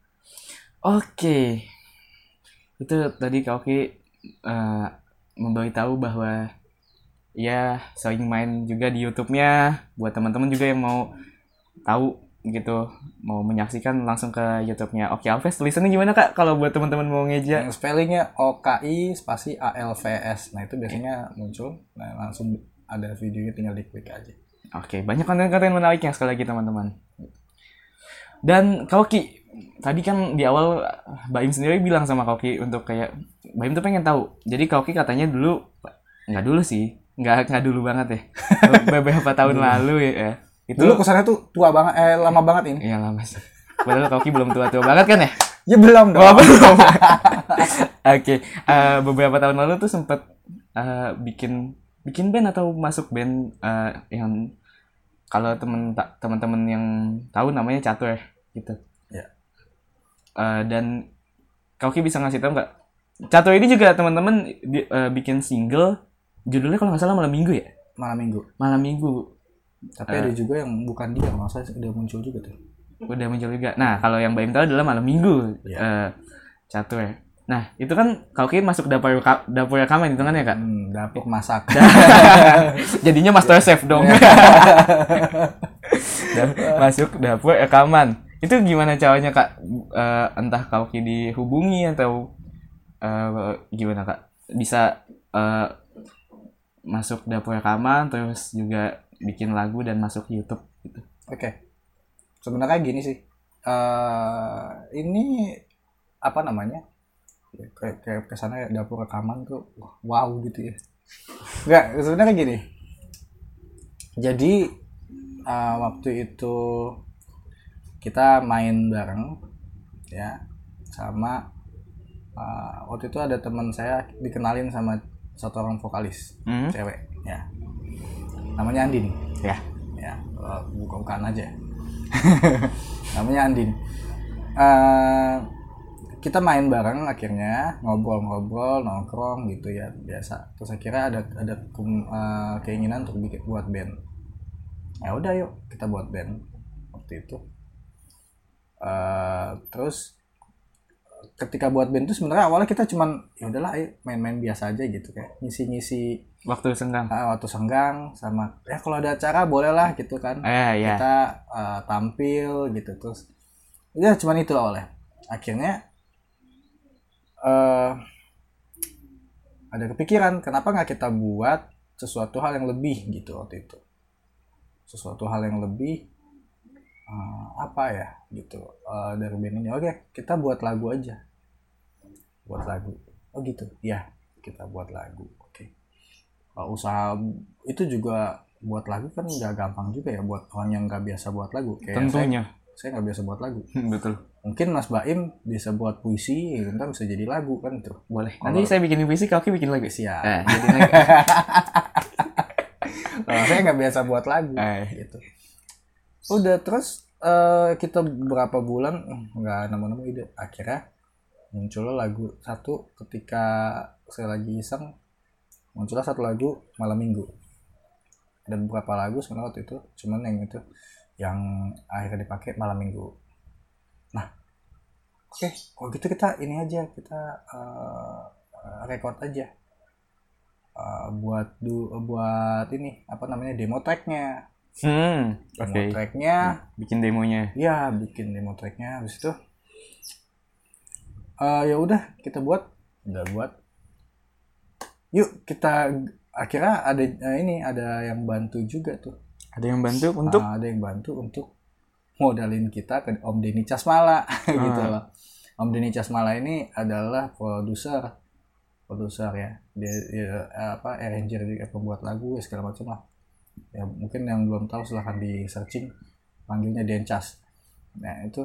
Oke. Itu tadi Kak Oki uh, memberitahu bahwa ya sering main juga di YouTube-nya buat teman-teman juga yang mau tahu gitu, mau menyaksikan langsung ke YouTube-nya Oki Alves. Tulisannya gimana Kak kalau buat teman-teman mau ngeja? Yang spellingnya O K I spasi A L V S. Nah, itu biasanya muncul. Nah, langsung ada videonya tinggal diklik aja. Oke, banyak konten-konten menariknya sekali lagi teman-teman. Dan Kak Oki, tadi kan di awal Baim sendiri bilang sama Kak Oki untuk kayak Baim tuh pengen tahu. Jadi Kak Oki katanya dulu, nggak dulu sih, nggak nggak dulu banget ya, beberapa tahun lalu ya. Itu Dulu kesannya tuh tua banget, eh lama banget ini. Iya lama sih. Padahal Kak Oki belum tua-tua banget kan ya? Ya belum dong. Oh, belum. Oke, eh, beberapa tahun lalu tuh sempet eh, bikin bikin band atau masuk band eh, yang kalau temen ta- teman-teman yang tahu namanya Catur gitu. Ya. Eh, dan Kak Oki bisa ngasih tahu nggak? Catur ini juga teman-teman di- eh, bikin single judulnya kalau nggak salah Malam Minggu ya? Malam Minggu. Malam Minggu. Tapi ada juga yang bukan dia, maksudnya udah muncul juga tuh. Udah muncul juga. Nah, kalau yang Baim tahu adalah Malam Minggu. Iya. Eh, Catur. Nah, itu kan Kak Oki masuk dapur ka- dapur rekaman itu kan ya, Kak? Hmm, dapur masak. Jadinya Master Chef dong. Masuk dapur rekaman. Itu gimana caranya, Kak? Eh, entah Kak Oki dihubungi atau eh, gimana, Kak? Bisa eh, masuk dapur rekaman terus juga bikin lagu dan masuk YouTube gitu. Oke. Sebenarnya gini sih. Eh ini apa namanya? Ya, kayak kayak kesana ya, dapur rekaman tuh wow gitu ya. Enggak, sebenarnya gini. Jadi uh, waktu itu kita main bareng ya sama uh, waktu itu ada teman saya dikenalin sama satu orang vokalis Hmm? cewek ya. Namanya Andin. Ya. Ya, uh, buka-bukaan aja. Namanya Andin. Uh, kita main bareng akhirnya ngobrol-ngobrol nongkrong gitu ya biasa. Terus akhirnya ada ada uh, keinginan untuk bikin buat band. Ya udah yuk kita buat band waktu itu. Uh, terus ketika buat band itu sebenarnya awalnya kita cuman ya udahlah ayo main-main biasa aja gitu kayak ngisi-ngisi Waktu senggang. uh, waktu senggang sama ya kalau ada acara bolehlah gitu kan. Eh, ya. Kita uh, tampil gitu terus ya cuman itu awalnya akhirnya uh, ada kepikiran kenapa nggak kita buat sesuatu hal yang lebih gitu waktu itu sesuatu hal yang lebih uh, apa ya gitu uh, dari band ini oke kita buat lagu aja buat lagu oh gitu ya kita buat lagu oke uh, usaha itu juga buat lagu kan nggak gampang juga ya buat orang yang nggak biasa buat lagu kayak Tentunya. saya saya nggak biasa buat lagu Betul. mungkin Mas Baim bisa buat puisi ya, ntar bisa jadi lagu kan itu Boleh. Nanti saya bikin puisi, Kak Oki bikin lagu. siap Eh, jadi lagu. kalau saya nggak biasa buat lagu Eh. gitu udah terus uh, kita berapa bulan nggak nemu-nemu ide akhirnya muncul lagu satu ketika saya lagi iseng muncullah satu lagu Malam Minggu dan beberapa lagu sebenarnya waktu itu cuman yang itu yang akhirnya dipakai Malam Minggu. Nah, oke, okay, kalau gitu kita ini aja kita uh, record aja uh, buat du, buat ini apa namanya demo tracknya Hmm, oke. Demo tracknya, Bikin demonya. ya bikin demo tracknya, habis itu uh, ya udah kita buat, udah buat. Yuk kita akhirnya ada uh, ini ada yang bantu juga tuh. Ada yang bantu untuk Uh, ada yang bantu untuk modalin kita ke Om Denny Casmala gitu loh. Om Denny Casmala ini adalah produser, produser ya. Dia, dia apa arranger juga, pembuat lagu segala macam lah. Ya mungkin yang belum tahu silahkan di searching, panggilnya Dencas. Nah itu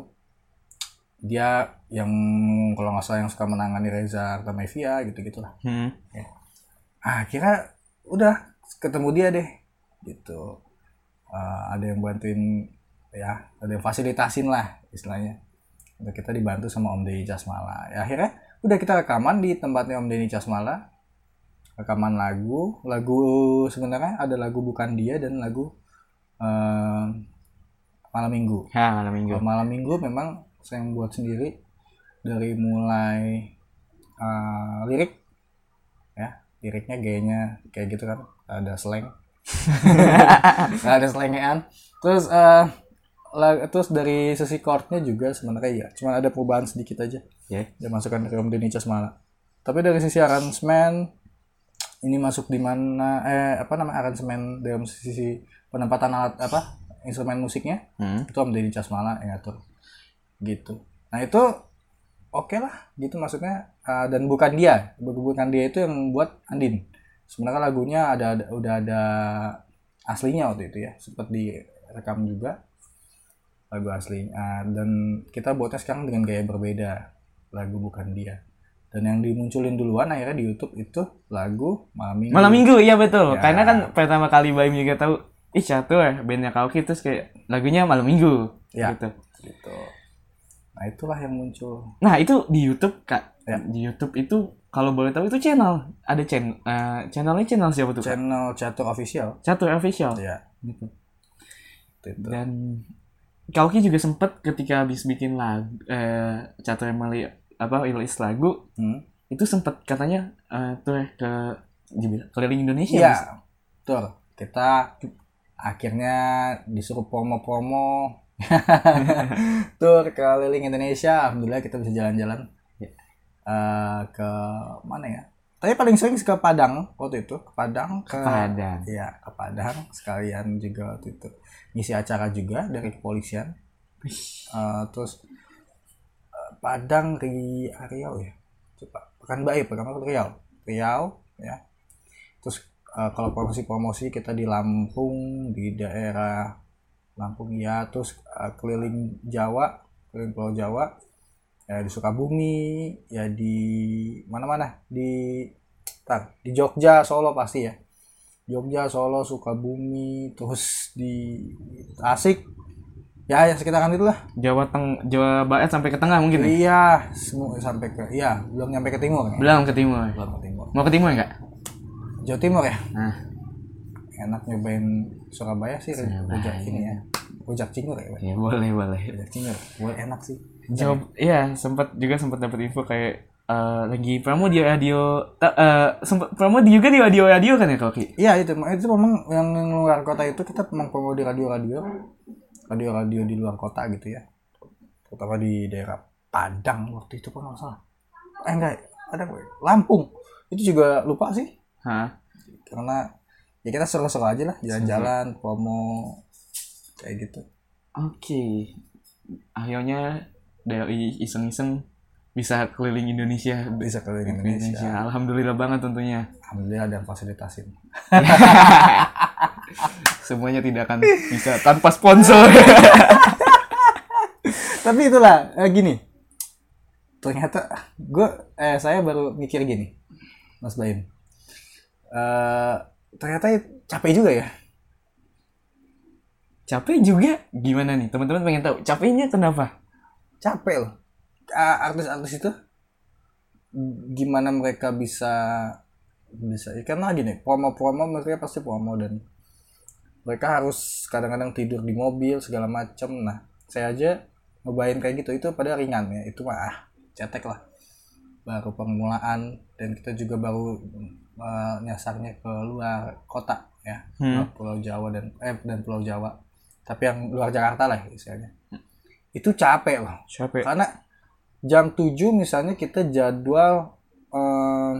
dia yang kalau nggak salah yang suka menangani Reza Artamevia gitu gitulah. hmm. Ya. Ah kira udah ketemu dia deh gitu. Uh, ada yang bantuin ya, ada yang fasilitasin lah istilahnya. Untuk kita dibantu sama Om Denny Casmala. Ya akhirnya udah kita rekaman di tempatnya Om Denny Casmala. Rekaman lagu, lagu sebenarnya ada lagu Bukan Dia dan lagu uh, Malam Minggu. Ya, malam minggu. Kalau Malam Minggu memang saya yang buat sendiri dari mulai uh, lirik, ya liriknya gayanya kayak gitu kan, ada slang, ada slangean. Terus, uh, terus dari sisi chordnya juga sebenarnya ya, cuma ada perubahan sedikit aja. Ya. Dia masukkan ke Om Denny Casmala. Tapi dari sisi aransemen ini masuk di mana eh apa nama aransemen dalam sisi penempatan alat apa instrumen musiknya Hmm. itu Om Denny Casmala yang ngatur gitu. Nah itu oke okay lah gitu maksudnya, uh, dan bukan dia bukan dia itu yang buat Andin. Sebenarnya lagunya ada, ada udah ada aslinya waktu itu ya, sempat direkam juga lagu asli, uh, dan kita buatnya sekarang dengan gaya berbeda, lagu Bukan Dia. Dan yang dimunculin duluan akhirnya di YouTube itu lagu Malam Minggu. Malam minggu, iya betul. Ya. Karena kan pertama kali Baim juga tahu, ih Catur ya, bandnya Kauki, terus kayak lagunya Malam Minggu. Ya. Gitu. Gitu. Nah itulah yang muncul. Nah itu di YouTube kak. Ya. Di YouTube itu kalau boleh tahu itu channel. Ada channel. Uh, channelnya channel siapa tuh kak? Channel Catur Official. Catur Official. Ya. Gitu. Itu. Dan Kauki juga sempet ketika habis bikin lagu, eh, Catur Emily apa rilis lagu, Hmm. itu sempet katanya uh, tuh ke dibilang keliling Indonesia. Iya, betul. Kita akhirnya disuruh promo-promo tur keliling Indonesia. Alhamdulillah kita bisa jalan-jalan uh, ke mana ya? Tapi paling sering ke Padang waktu itu, ke Padang, ke, Ke Padang. Iya, ke Padang. Sekalian juga waktu itu ngisi acara juga dari kepolisian. Uh, terus uh, Padang di Riau ya. Coba Pekanbaru, Pekanbaru Riau. Riau ya. Terus uh, kalau promosi-promosi kita di Lampung, di daerah Lampung ya, terus uh, keliling Jawa, keliling Pulau Jawa, ya di Sukabumi, ya di mana-mana, di tar, di Jogja, Solo pasti ya. Jogja, Solo, Sukabumi, terus di Tasik. Ya, ya sekitaran itulah. Jawa Teng Jawa Barat sampai ke tengah mungkin ya? Iya, semua sampai ke iya, belum nyampe ke timur. Ya? Belum ke timur. Belum ke timur. Mau ke timur enggak? Jawa Timur ya? Nah, Enak nyobain Surabaya sih, rujak ini ya. Rujak cingur ya, Pak? ya boleh boleh. Rujak cingur. Boleh enak sih. Jawab, iya sempat juga sempat dapat info kayak uh, lagi promo di radio, uh, sempat promo di juga di radio radio kan ya Koki? Iya itu, itu memang yang luar kota itu kita memang promo di radio-radio, radio-radio di luar kota gitu ya, terutama di daerah Padang waktu itu kalau nggak salah. Eh enggak, Padang, Lampung itu juga lupa sih. Hah? Karena ya kita seru-seru aja lah, jalan-jalan, promo kayak gitu. Oke, okay. Akhirnya dari iseng-iseng bisa keliling Indonesia. Bisa keliling Indonesia. Indonesia. Alhamdulillah banget tentunya. Alhamdulillah ada yang fasilitasin. Semuanya tidak akan bisa tanpa sponsor. Tapi itulah eh, gini. Ternyata gue eh saya baru mikir gini, Mas Baim. Uh, ternyata capek juga ya. Capek juga gimana nih? Teman-teman pengen tahu capeknya kenapa? Capek loh. Uh, artis-artis itu gimana mereka bisa bisa ya, karena gini promo-promo mereka pasti promo dan mereka harus kadang-kadang tidur di mobil segala macam. Nah saya aja ngebayang kayak gitu itu pada ringan ya, itu mah ah, cetek lah, baru permulaan dan kita juga baru uh, nyasarnya ke luar kota ya, Hmm. Pulau Jawa dan eh dan Pulau Jawa. Tapi yang luar Jakarta lah istilahnya. Itu capek loh. Capek. Karena jam tujuh misalnya kita jadwal um,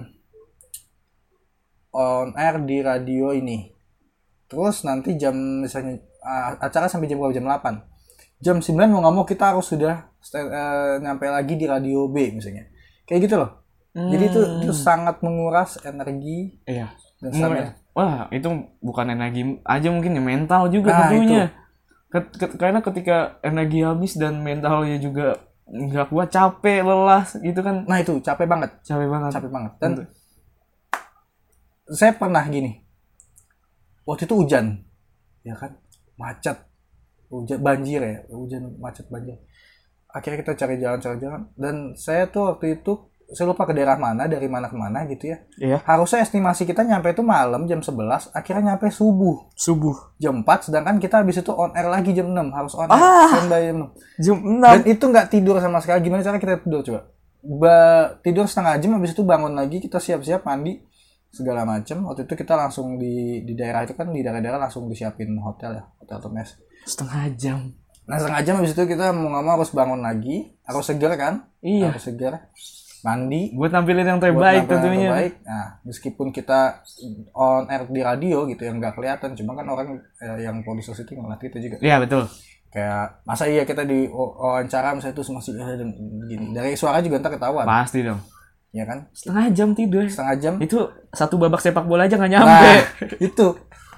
on air di radio ini. Terus nanti jam misalnya uh, acara sampai jam berapa? Jam delapan. Jam sembilan mau nggak mau kita harus sudah stand, uh, nyampe lagi di radio B misalnya. Kayak gitu loh. Hmm. Jadi itu itu sangat menguras energi Iya. dan Mulai- stamina. Wah, itu bukan energi aja mungkin ya, mental juga Nah, tentunya. Ket- ket- karena ketika energi habis dan mentalnya juga nggak kuat, capek, lelah gitu kan, Nah itu capek banget, capek banget. capek banget. Dan Tentu. saya pernah gini. Waktu itu hujan, ya kan, macet, hujan banjir ya, hujan macet banjir. Akhirnya kita cari jalan cari jalan. Dan saya tuh waktu itu saya lupa ke daerah mana, dari mana ke mana gitu ya. Iya. Harusnya estimasi kita nyampe itu malam jam sebelas, akhirnya nyampe subuh Subuh. jam empat, sedangkan kita habis itu on air lagi jam enam, harus on air Ah. standby jam enam. Jam Dan enam. itu nggak tidur sama sekali. Gimana cara kita tidur coba? Ba- tidur setengah jam, habis itu bangun lagi, kita siap-siap mandi segala macam. Waktu itu kita langsung di di daerah itu kan, di daerah-daerah langsung disiapin hotel ya, hotel atau mes. Setengah jam. Nah setengah jam habis itu kita mau nggak mau harus bangun lagi, harus segar kan? Iya. Harus segar, mandi. Buat nampilin yang buat terbaik melakukan yang tentunya. terbaik. Nah meskipun kita on air di radio gitu yang nggak kelihatan, cuma kan orang eh, yang produser itu ngeliat kita juga. Iya, betul. Kayak masa iya kita di wawancara misalnya itu masih eh, dan gini, dari suara juga ntar ketahuan, Pasti dong. ya kan? Setengah jam tidur. Setengah jam. Itu satu babak sepak bola aja nggak nyampe. Nah, itu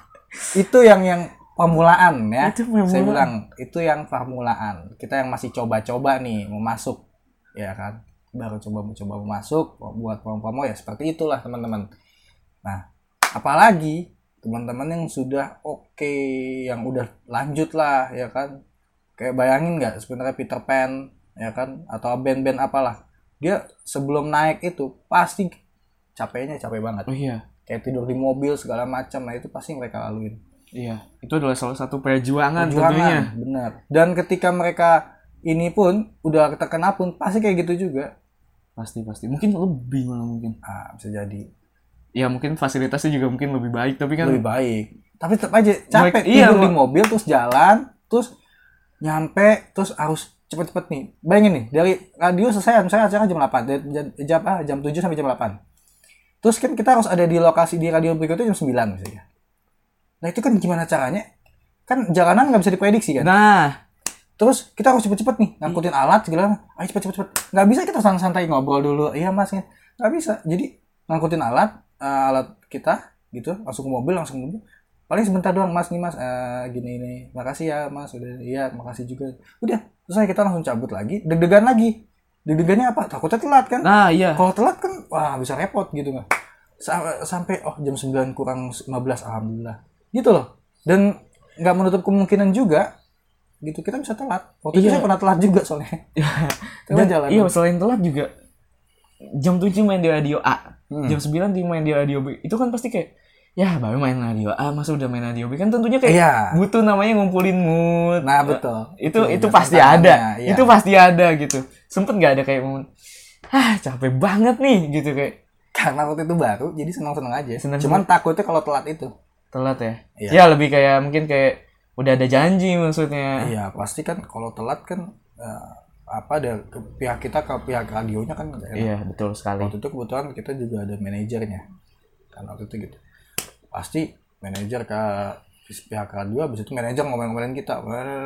itu yang yang permulaan ya. Itu permulaan. Saya bilang itu yang permulaan. Kita yang masih coba-coba nih mau masuk, ya kan? Baru coba coba mau masuk buat promo-promo ya seperti itulah teman-teman. Nah, apalagi teman-teman yang sudah oke, yang udah lanjut lah, ya kan? Kayak bayangin nggak sebenarnya Peter Pan, ya kan? Atau band-band apalah. Dia sebelum naik itu pasti capeknya capek banget. Oh iya. Kayak tidur di mobil segala macam, nah itu pasti mereka laluin. Iya. Itu adalah salah satu perjuangan, tentunya. Perjuangan, benar. Dan ketika mereka ini pun udah terkena pun pasti kayak gitu juga. Pasti pasti. Mungkin lebih malah mungkin. Ah, bisa jadi Ya mungkin fasilitasnya juga mungkin lebih baik, tapi kan lebih baik. Tapi tetap aja capek Baik, iya, tidur di Pak. mobil terus jalan, terus nyampe, terus harus cepet-cepet nih. Bayangin nih, dari radio selesai misalnya acara jam delapan, dari jam jam, ah, jam tujuh sampai jam delapan. Terus kan kita harus ada di lokasi di radio berikutnya jam sembilan misalnya. Nah, itu kan gimana caranya? Kan jalanan nggak bisa diprediksi kan? nah, Terus kita harus cepet-cepet nih ngangkutin alat segala. Ayo cepet-cepet. Nggak bisa kita santai-santai ngobrol dulu. Iya mas, nggak bisa. Jadi ngangkutin alat, uh, alat kita gitu, langsung ke mobil, langsung ke mobil. Paling sebentar doang mas nih mas, uh, gini ini. Makasih ya mas, udah iya makasih juga. Udah, selesai kita langsung cabut lagi. Deg-degan lagi. Deg-degannya apa? Takutnya telat kan? nah iya. Kalau telat kan, wah bisa repot gitu nggak? Sa- Sampai oh jam sembilan kurang lima belas, alhamdulillah. Gitu loh. Dan nggak menutup kemungkinan juga gitu kita bisa telat. Waktu itu Iya. saya pernah telat juga soalnya. Kita Dan, jalan. iya, selain telat juga jam tujuh main di radio A, Hmm. jam sembilan di main di radio B. Itu kan pasti kayak ya baru main radio A, masa udah main radio B, kan tentunya kayak Iya. butuh namanya ngumpulin mood. Nah betul. Itu itu juga pasti tantangannya, ada. iya. Itu pasti ada gitu. Sempet nggak ada kayak momen ah capek banget nih gitu, kayak Karena waktu itu baru, jadi senang-senang aja. Senang-senang. Cuman takutnya kalau telat itu. telat ya. Iya. Ya lebih kayak mungkin kayak udah ada janji maksudnya. Iya pasti kan kalau telat kan eh, apa ada ke pihak kita ke pihak radionya kan nggak enak. Iya, betul sekali. Waktu itu kebetulan kita juga ada manajernya. Kan waktu itu gitu. Pasti manajer ke pihak radio, habis itu manajer ngomel-ngomelin kita.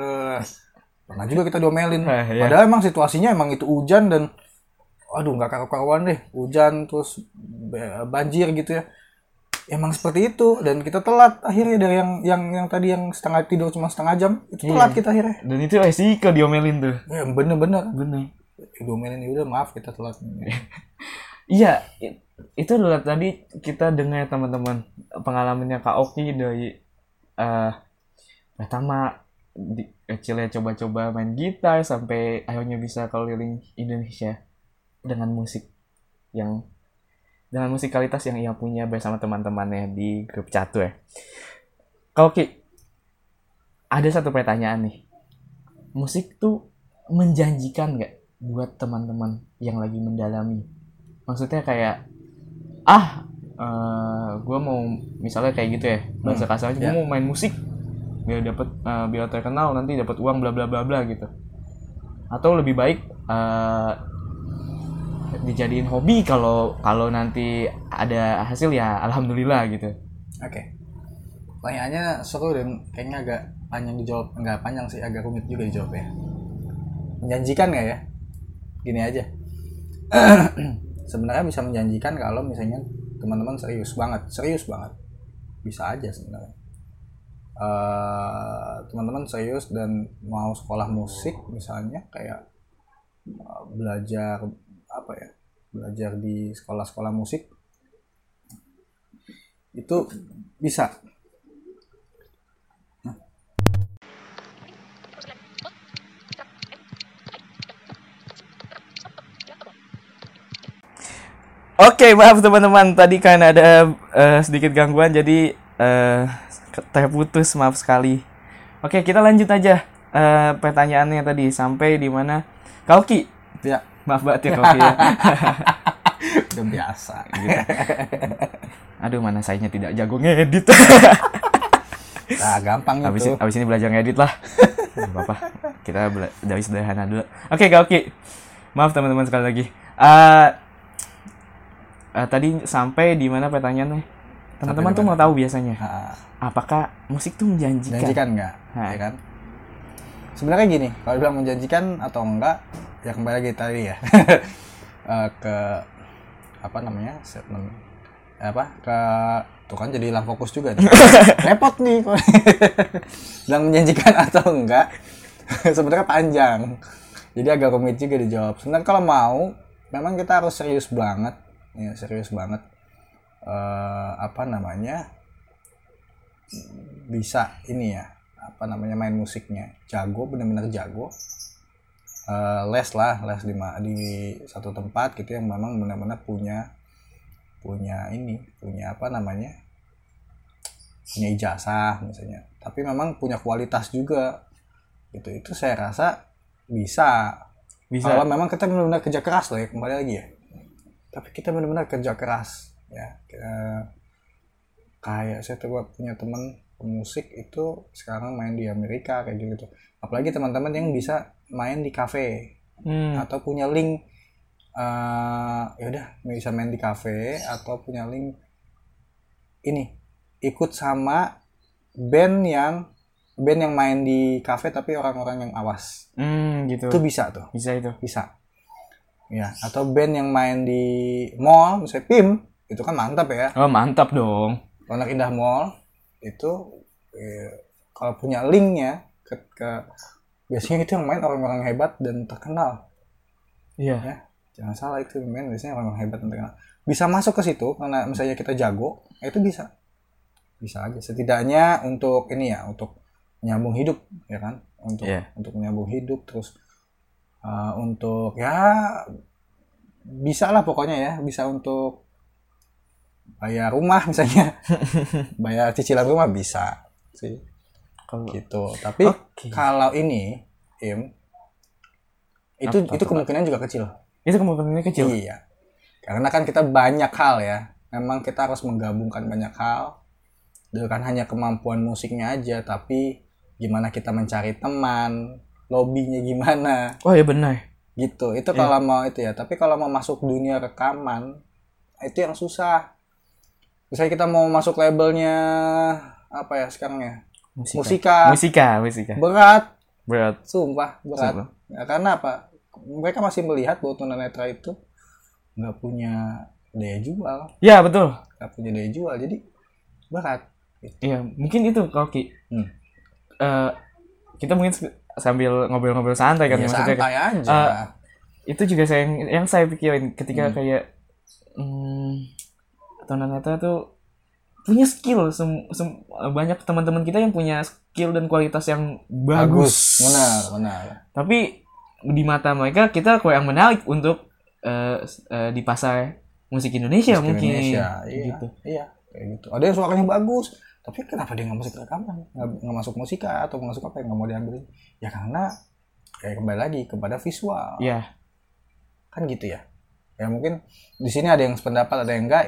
Pernah juga kita diomelin. Eh, iya. Padahal emang situasinya emang itu hujan dan aduh nggak karu-karuan deh. Hujan terus be- banjir gitu ya. Emang seperti itu dan kita telat akhirnya dari yang yang yang tadi yang setengah tidur cuma setengah jam itu telat Iya. kita akhirnya. Dan itu resiko diomelin tuh. Ya bener-bener. Bener. Diomelin ya udah maaf kita telat. Iya, i- itu adalah tadi kita dengar teman-teman pengalamannya Kak Oki dari eh pertama di kecilnya coba-coba main gitar sampai akhirnya bisa keliling Indonesia dengan musik yang dengan musikalitas yang ia punya bersama teman-temannya di grup catur. Kak Oki, ada satu pertanyaan nih. Musik tuh menjanjikan nggak buat teman-teman yang lagi mendalami? Maksudnya kayak, ah uh, gue mau misalnya kayak gitu ya, bahasa kasarnya gue Ya. mau main musik biar dapat uh, biar terkenal nanti dapat uang bla bla bla bla gitu. Atau lebih baik uh, dijadiin hobi, kalau kalau nanti ada hasil ya alhamdulillah gitu. Oke. Pertanyaannya seru dan kayaknya agak panjang dijawab. Enggak panjang sih, agak rumit juga dijawab ya. Menjanjikan nggak ya? Gini aja. Sebenarnya bisa menjanjikan kalau misalnya teman-teman serius banget, serius banget. Bisa aja sebenarnya. Uh, teman-teman serius dan mau sekolah musik misalnya, kayak uh, belajar apa ya, belajar di sekolah-sekolah musik itu bisa. Oke, maaf teman-teman, tadi kan ada uh, sedikit gangguan, jadi uh, terputus, maaf sekali. Oke, kita lanjut aja uh, pertanyaannya tadi sampai di mana? Kauki, Ya, maaf banget ya Kauki ya. udah biasa. Gitu. Aduh, mana sayanya tidak jago ngedit. Nah, gampang Abis, itu. abis ini belajar ngedit lah. Gak apa-apa, kita bela- dari sederhana dulu. Oke Kauki, maaf teman-teman sekali lagi. Uh, uh, tadi sampai di mana pertanyaannya? Teman-teman tuh mau tahu biasanya, Nah, apakah musik tuh menjanjikan? menjanjikan nggak? Nah. Ya kan? Sebenarnya gini, kalau bilang menjanjikan atau enggak, ya kembali lagi tadi ya. Eh, ke apa namanya? Statement apa? Ke tuh kan jadi hilang fokus juga nih. Repot nih. Bilang menjanjikan atau enggak? Sebenarnya panjang. Jadi agak rumit juga dijawab. Sebenarnya kalau mau, memang kita harus serius banget. Ya, serius banget. Uh, apa namanya, bisa ini ya, apa namanya, main musiknya jago, benar-benar jago, uh, les lah les di di satu tempat gitu yang memang benar-benar punya punya ini punya apa namanya punya ijazah misalnya, tapi memang punya kualitas juga gitu. Itu saya rasa bisa Bisa. kalau memang kita benar-benar kerja keras loh ya, kembali lagi ya, tapi kita benar-benar kerja keras ya. Kayak saya coba punya teman pemusik itu sekarang main di Amerika kayak gitu. Apalagi teman-teman yang bisa main di kafe Hmm. atau punya link, uh, ya udah bisa main di kafe atau punya link ini ikut sama band yang band yang main di kafe tapi orang-orang yang awas. Hmm, gitu. Itu bisa tuh. Bisa itu. Bisa. Ya, atau band yang main di mall, misalnya P I M, itu kan mantap ya. Oh, mantap dong. Pondok Indah Mall itu eh, kalau punya linknya ke, ke biasanya itu yang main orang-orang hebat dan terkenal. Iya. Ya, jangan salah, itu yang main biasanya orang-orang hebat dan terkenal. Bisa masuk ke situ karena misalnya kita jago, itu bisa. Bisa aja setidaknya untuk ini ya, untuk menyambung hidup ya kan, untuk Yeah. untuk menyambung hidup, terus uh, untuk ya bisa lah pokoknya ya, bisa untuk bayar rumah misalnya, bayar cicilan rumah bisa sih Kalau gitu. Tapi Oke. kalau ini Im, itu Apa itu tuh, kemungkinan juga kecil. itu kemungkinannya kecil. Iya, karena kan kita banyak hal ya, memang kita harus menggabungkan banyak hal, bukan hanya kemampuan musiknya aja, tapi gimana kita mencari teman, lobbynya gimana Oh ya benar. gitu. Itu Iya. kalau mau itu ya. Tapi kalau mau masuk dunia rekaman, itu yang susah. Misalnya kita mau masuk labelnya apa ya sekarang ya, Musika. musika, Musika, musika. berat, Berat. sumpah berat. Sumpah. Ya, karena apa? Mereka masih melihat bahwa tunanetra itu nggak punya daya jual, Ya betul. nggak punya daya jual, jadi berat. Iya, mungkin itu Koki. Hmm. Eh, kita mungkin se- sambil ngobrol-ngobrol santai kan Ya, maksudnya. santai aja. Eh, itu juga saya yang, yang saya pikirin ketika Hmm. kayak hmm, tunanetra tuh punya skill, sem- sem- banyak teman-teman kita yang punya skill dan kualitas yang bagus. Benar, benar. Tapi di mata mereka kita kurang menarik untuk eh, eh, di pasar musik Indonesia Musik mungkin. Indonesia, iya, Gitu. iya, kayak gitu. Ada yang suaranya bagus, tapi kenapa dia nggak musik rekaman, nggak nggak masuk musika atau masuk apa yang nggak mau diambil? Ya karena kayak kembali lagi kepada visual, Iya. kan gitu ya. Ya mungkin di sini ada yang sependapat, ada yang enggak ya.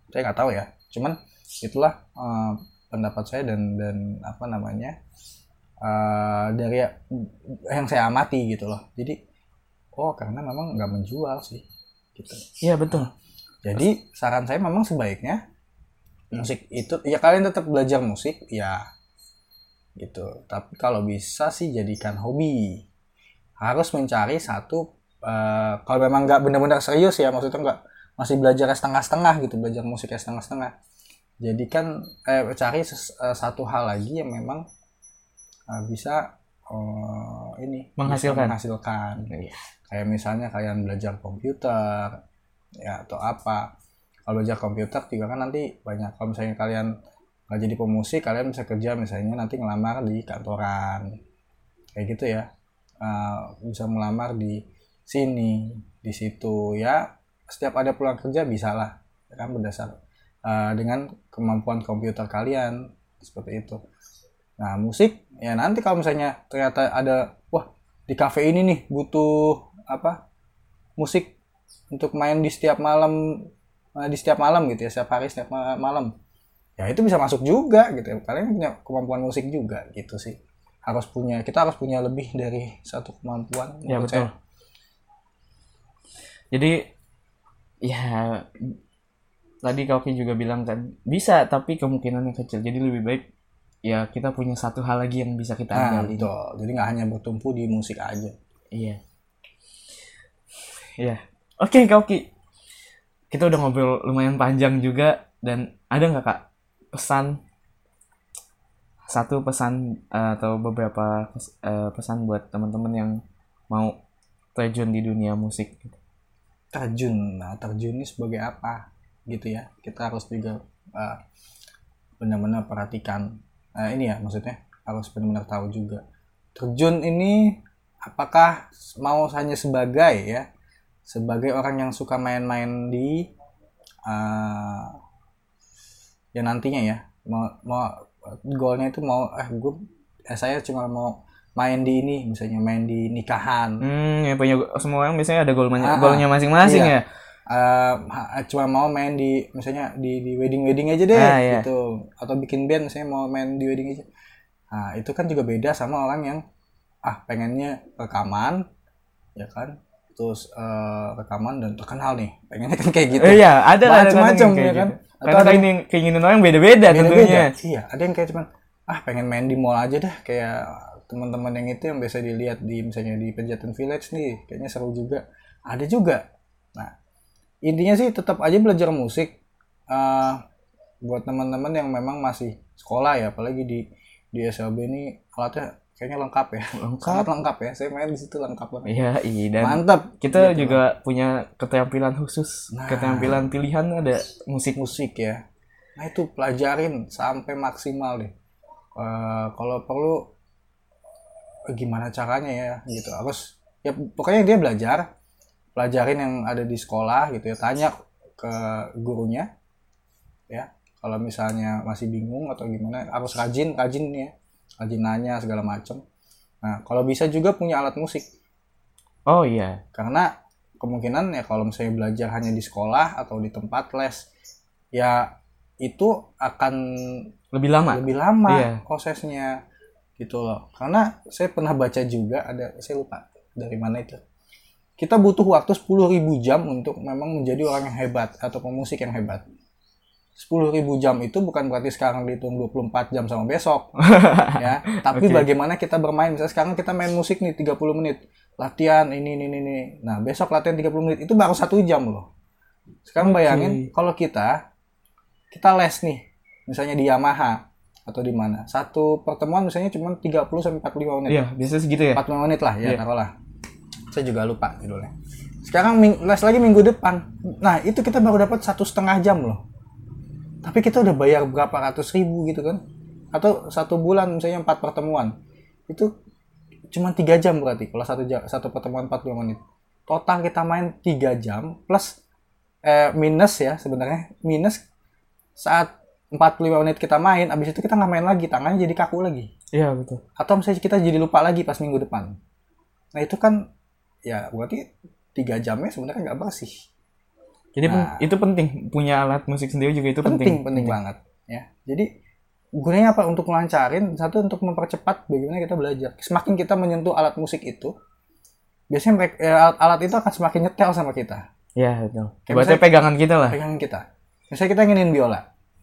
saya nggak tahu ya, cuman itulah uh, pendapat saya dan dan apa namanya uh, dari yang saya amati gitu loh. Jadi oh karena memang nggak menjual sih gitu. Iya betul. Jadi saran saya memang sebaiknya musik itu ya kalian tetap belajar musik ya gitu, tapi kalau bisa sih jadikan hobi. Harus mencari satu uh, kalau memang nggak benar-benar serius ya, maksudnya nggak masih belajar setengah-setengah gitu, belajar musiknya setengah-setengah, jadikan eh, cari ses, uh, satu hal lagi yang memang uh, bisa uh, ini Menghasilkan. bisa menghasilkan. Iya. Kayak misalnya kalian belajar komputer ya atau apa. Kalau belajar komputer juga kan nanti banyak, kalau misalnya kalian nggak jadi pemusik, kalian bisa kerja misalnya nanti ngelamar di kantoran kayak gitu ya. Uh, bisa melamar di sini di situ ya, setiap ada peluang kerja bisa lah ya kan, berdasar uh, dengan kemampuan komputer kalian seperti itu. Nah musik ya nanti kalau misalnya ternyata ada wah di kafe ini nih butuh apa musik untuk main di setiap malam uh, di setiap malam gitu ya, setiap hari setiap malam ya itu bisa masuk juga gitu ya, kalian punya kemampuan musik juga gitu sih. Harus punya, kita harus punya lebih dari satu kemampuan. Ya betul. Saya. Jadi ya tadi Kauki juga bilang kan bisa, tapi kemungkinannya kecil. Jadi lebih baik ya kita punya satu hal lagi yang bisa kita nah, andalin. Betul. Jadi nggak hanya bertumpu di musik aja. Iya. Iya. Oke Kauki, kita udah ngobrol lumayan panjang juga, dan ada nggak Kak pesan? Satu pesan uh, atau beberapa uh, pesan buat teman-teman yang mau terjun di dunia musik. Terjun, nah terjun ini sebagai apa gitu ya? Kita harus juga uh, benar-benar perhatikan. Uh, ini ya maksudnya harus benar-benar tahu juga. Terjun ini apakah mau hanya sebagai ya, sebagai orang yang suka main-main di uh, ya nantinya ya mau mau goalnya itu mau eh gue eh, saya cuma mau main di ini, misalnya main di nikahan. Hmm, ya punya semua orang biasanya ada goal ah, goalnya masing-masing iya. ya. Uh, cuma mau main di misalnya di di wedding wedding aja deh ah, iya. gitu, atau bikin band misalnya mau main di wedding aja. Nah itu kan juga beda sama orang yang ah pengennya rekaman ya kan, terus uh, rekaman dan terkenal nih, pengennya kan kayak gitu. Eh, iya ada lah macam-macam ya kan. Gitu. Atau karena ini keinginan orang beda-beda, beda-beda tentunya. Iya, ada yang kayak cuman ah pengen main di mall aja dah, kayak teman-teman yang itu yang biasa dilihat di misalnya di Pejaten Village nih, kayaknya seru juga. Ada juga. Nah, intinya sih tetap aja belajar musik uh, buat teman-teman yang memang masih sekolah ya, apalagi di di S L B ini alatnya kayaknya lengkap ya. Lengkap. Sangat lengkap ya. Saya main di situ lengkap banget. Iya, iya dan mantap. Kita gitu juga loh. Punya keterampilan khusus, nah, keterampilan pilihan ada musik-musik ya. Nah, itu pelajarin sampai maksimal deh. Uh, kalau perlu gimana caranya ya gitu. Harus ya pokoknya dia belajar, pelajarin yang ada di sekolah gitu ya. Tanya ke gurunya. Ya. Kalau misalnya masih bingung atau gimana, harus rajin, rajin ya. Rajin nanya segala macam. Nah, kalau bisa juga punya alat musik. Oh iya. Karena kemungkinan ya kalau misalnya belajar hanya di sekolah atau di tempat les, ya itu akan lebih lama. Lebih lama iya. prosesnya gitu loh. Karena saya pernah baca juga ada, saya lupa dari mana itu. Kita butuh waktu sepuluh ribu jam untuk memang menjadi orang yang hebat atau pemusik yang hebat. sepuluh ribu jam itu bukan berarti sekarang dihitung dua puluh empat jam sama besok ya, tapi okay. Bagaimana kita bermain. Misalnya sekarang kita main musik nih tiga puluh menit latihan ini ini ini, nah besok latihan tiga puluh menit, itu baru satu jam loh. Sekarang okay. Bayangin kalau kita kita les nih misalnya di Yamaha atau di mana, satu pertemuan misalnya cuma tiga puluh sampai empat puluh lima menit. Iya, biasanya segitu ya. empat puluh lima menit lah ya, yeah. Taruhlah. Saya juga lupa judulnya. Sekarang les lagi minggu depan. Nah, itu kita baru dapat satu setengah jam loh. Tapi kita udah bayar berapa ratus ribu gitu kan. Atau satu bulan misalnya empat pertemuan. Itu cuma tiga jam berarti. Kalau satu, jam, satu pertemuan empat puluh menit. Total kita main tiga jam. Plus eh, minus ya sebenarnya. Minus saat empat puluh lima menit kita main. Abis itu kita nggak main lagi. Tangannya jadi kaku lagi. Iya betul. Atau misalnya kita jadi lupa lagi pas minggu depan. Nah itu kan ya berarti tiga jamnya sebenarnya nggak bersih. Jadi Nah. pen- itu penting punya alat musik sendiri juga itu penting, penting. penting banget ya. Jadi gunanya apa? Untuk melancarin, satu untuk mempercepat bagaimana kita belajar. Semakin kita menyentuh alat musik itu, biasanya mereka, ya, alat, alat itu akan semakin nyetel sama kita, Ya, betul. Kayak Berarti misalnya- pegangan kita lah. pegangan kita. Misalnya kita inginin biola,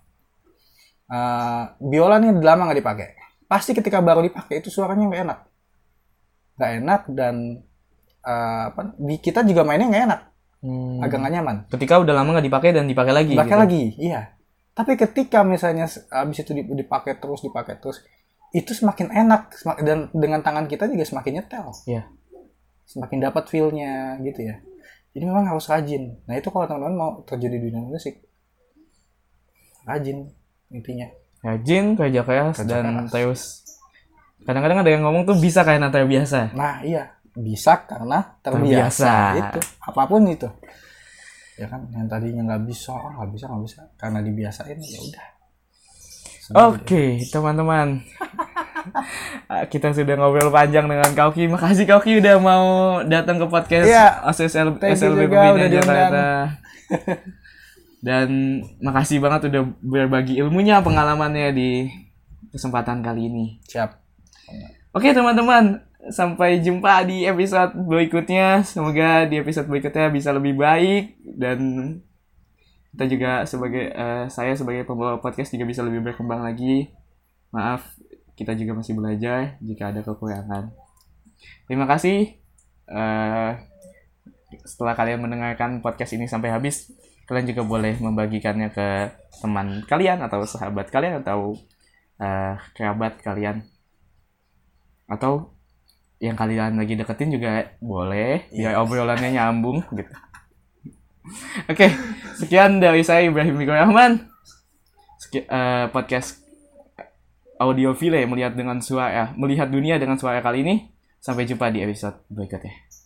Uh, biola nih lama nggak dipakai, pasti ketika baru dipakai itu suaranya nggak enak, nggak enak dan uh, apa? Di kita juga mainnya nggak enak, Hmm. agak nggak nyaman. Ketika udah lama nggak dipakai dan dipakai lagi. Dipakai gitu. lagi, iya. Tapi ketika misalnya habis itu dipakai terus, dipakai terus, itu semakin enak semak- dan dengan tangan kita juga semakin nyetel. Iya. Semakin dapat feel-nya gitu ya. Jadi memang harus rajin. Nah, itu kalau teman-teman mau terjun di dunia musik, rajin intinya. Rajin, kerja keras, Kerja dan keras. terus kadang-kadang ada yang ngomong tuh bisa karena terbiasa. Nah, iya, bisa karena terbiasa. Terbiasa. Itu apapun itu. Ya kan, yang tadinya nggak bisa, oh nggak bisa, nggak bisa, karena dibiasain ya udah. Oke, teman-teman. Kita sudah ngobrol panjang dengan Kauki. Makasih Kauki udah mau datang ke podcast Iya. O S S L Thank you S L B juga Pembina udah diundang. Jakarta. Dan makasih banget udah berbagi ilmunya, pengalamannya di kesempatan kali ini. Siap. Oke teman-teman, sampai jumpa di episode berikutnya. Semoga di episode berikutnya bisa lebih baik dan kita juga sebagai eh, saya sebagai pembawa podcast juga bisa lebih berkembang lagi. Maaf, kita juga masih belajar jika ada kekurangan. Terima kasih. Eh, setelah kalian mendengarkan podcast ini sampai habis, kalian juga boleh membagikannya ke teman kalian atau sahabat kalian atau eh, kerabat kalian atau yang kalian lagi deketin juga boleh biar obrolannya nyambung gitu. Oke, sekian dari saya Ibrahim Miko Rahman. Seki- eh, podcast Audiofile melihat dengan suara, melihat dunia dengan suara kali ini. Sampai jumpa di episode berikutnya.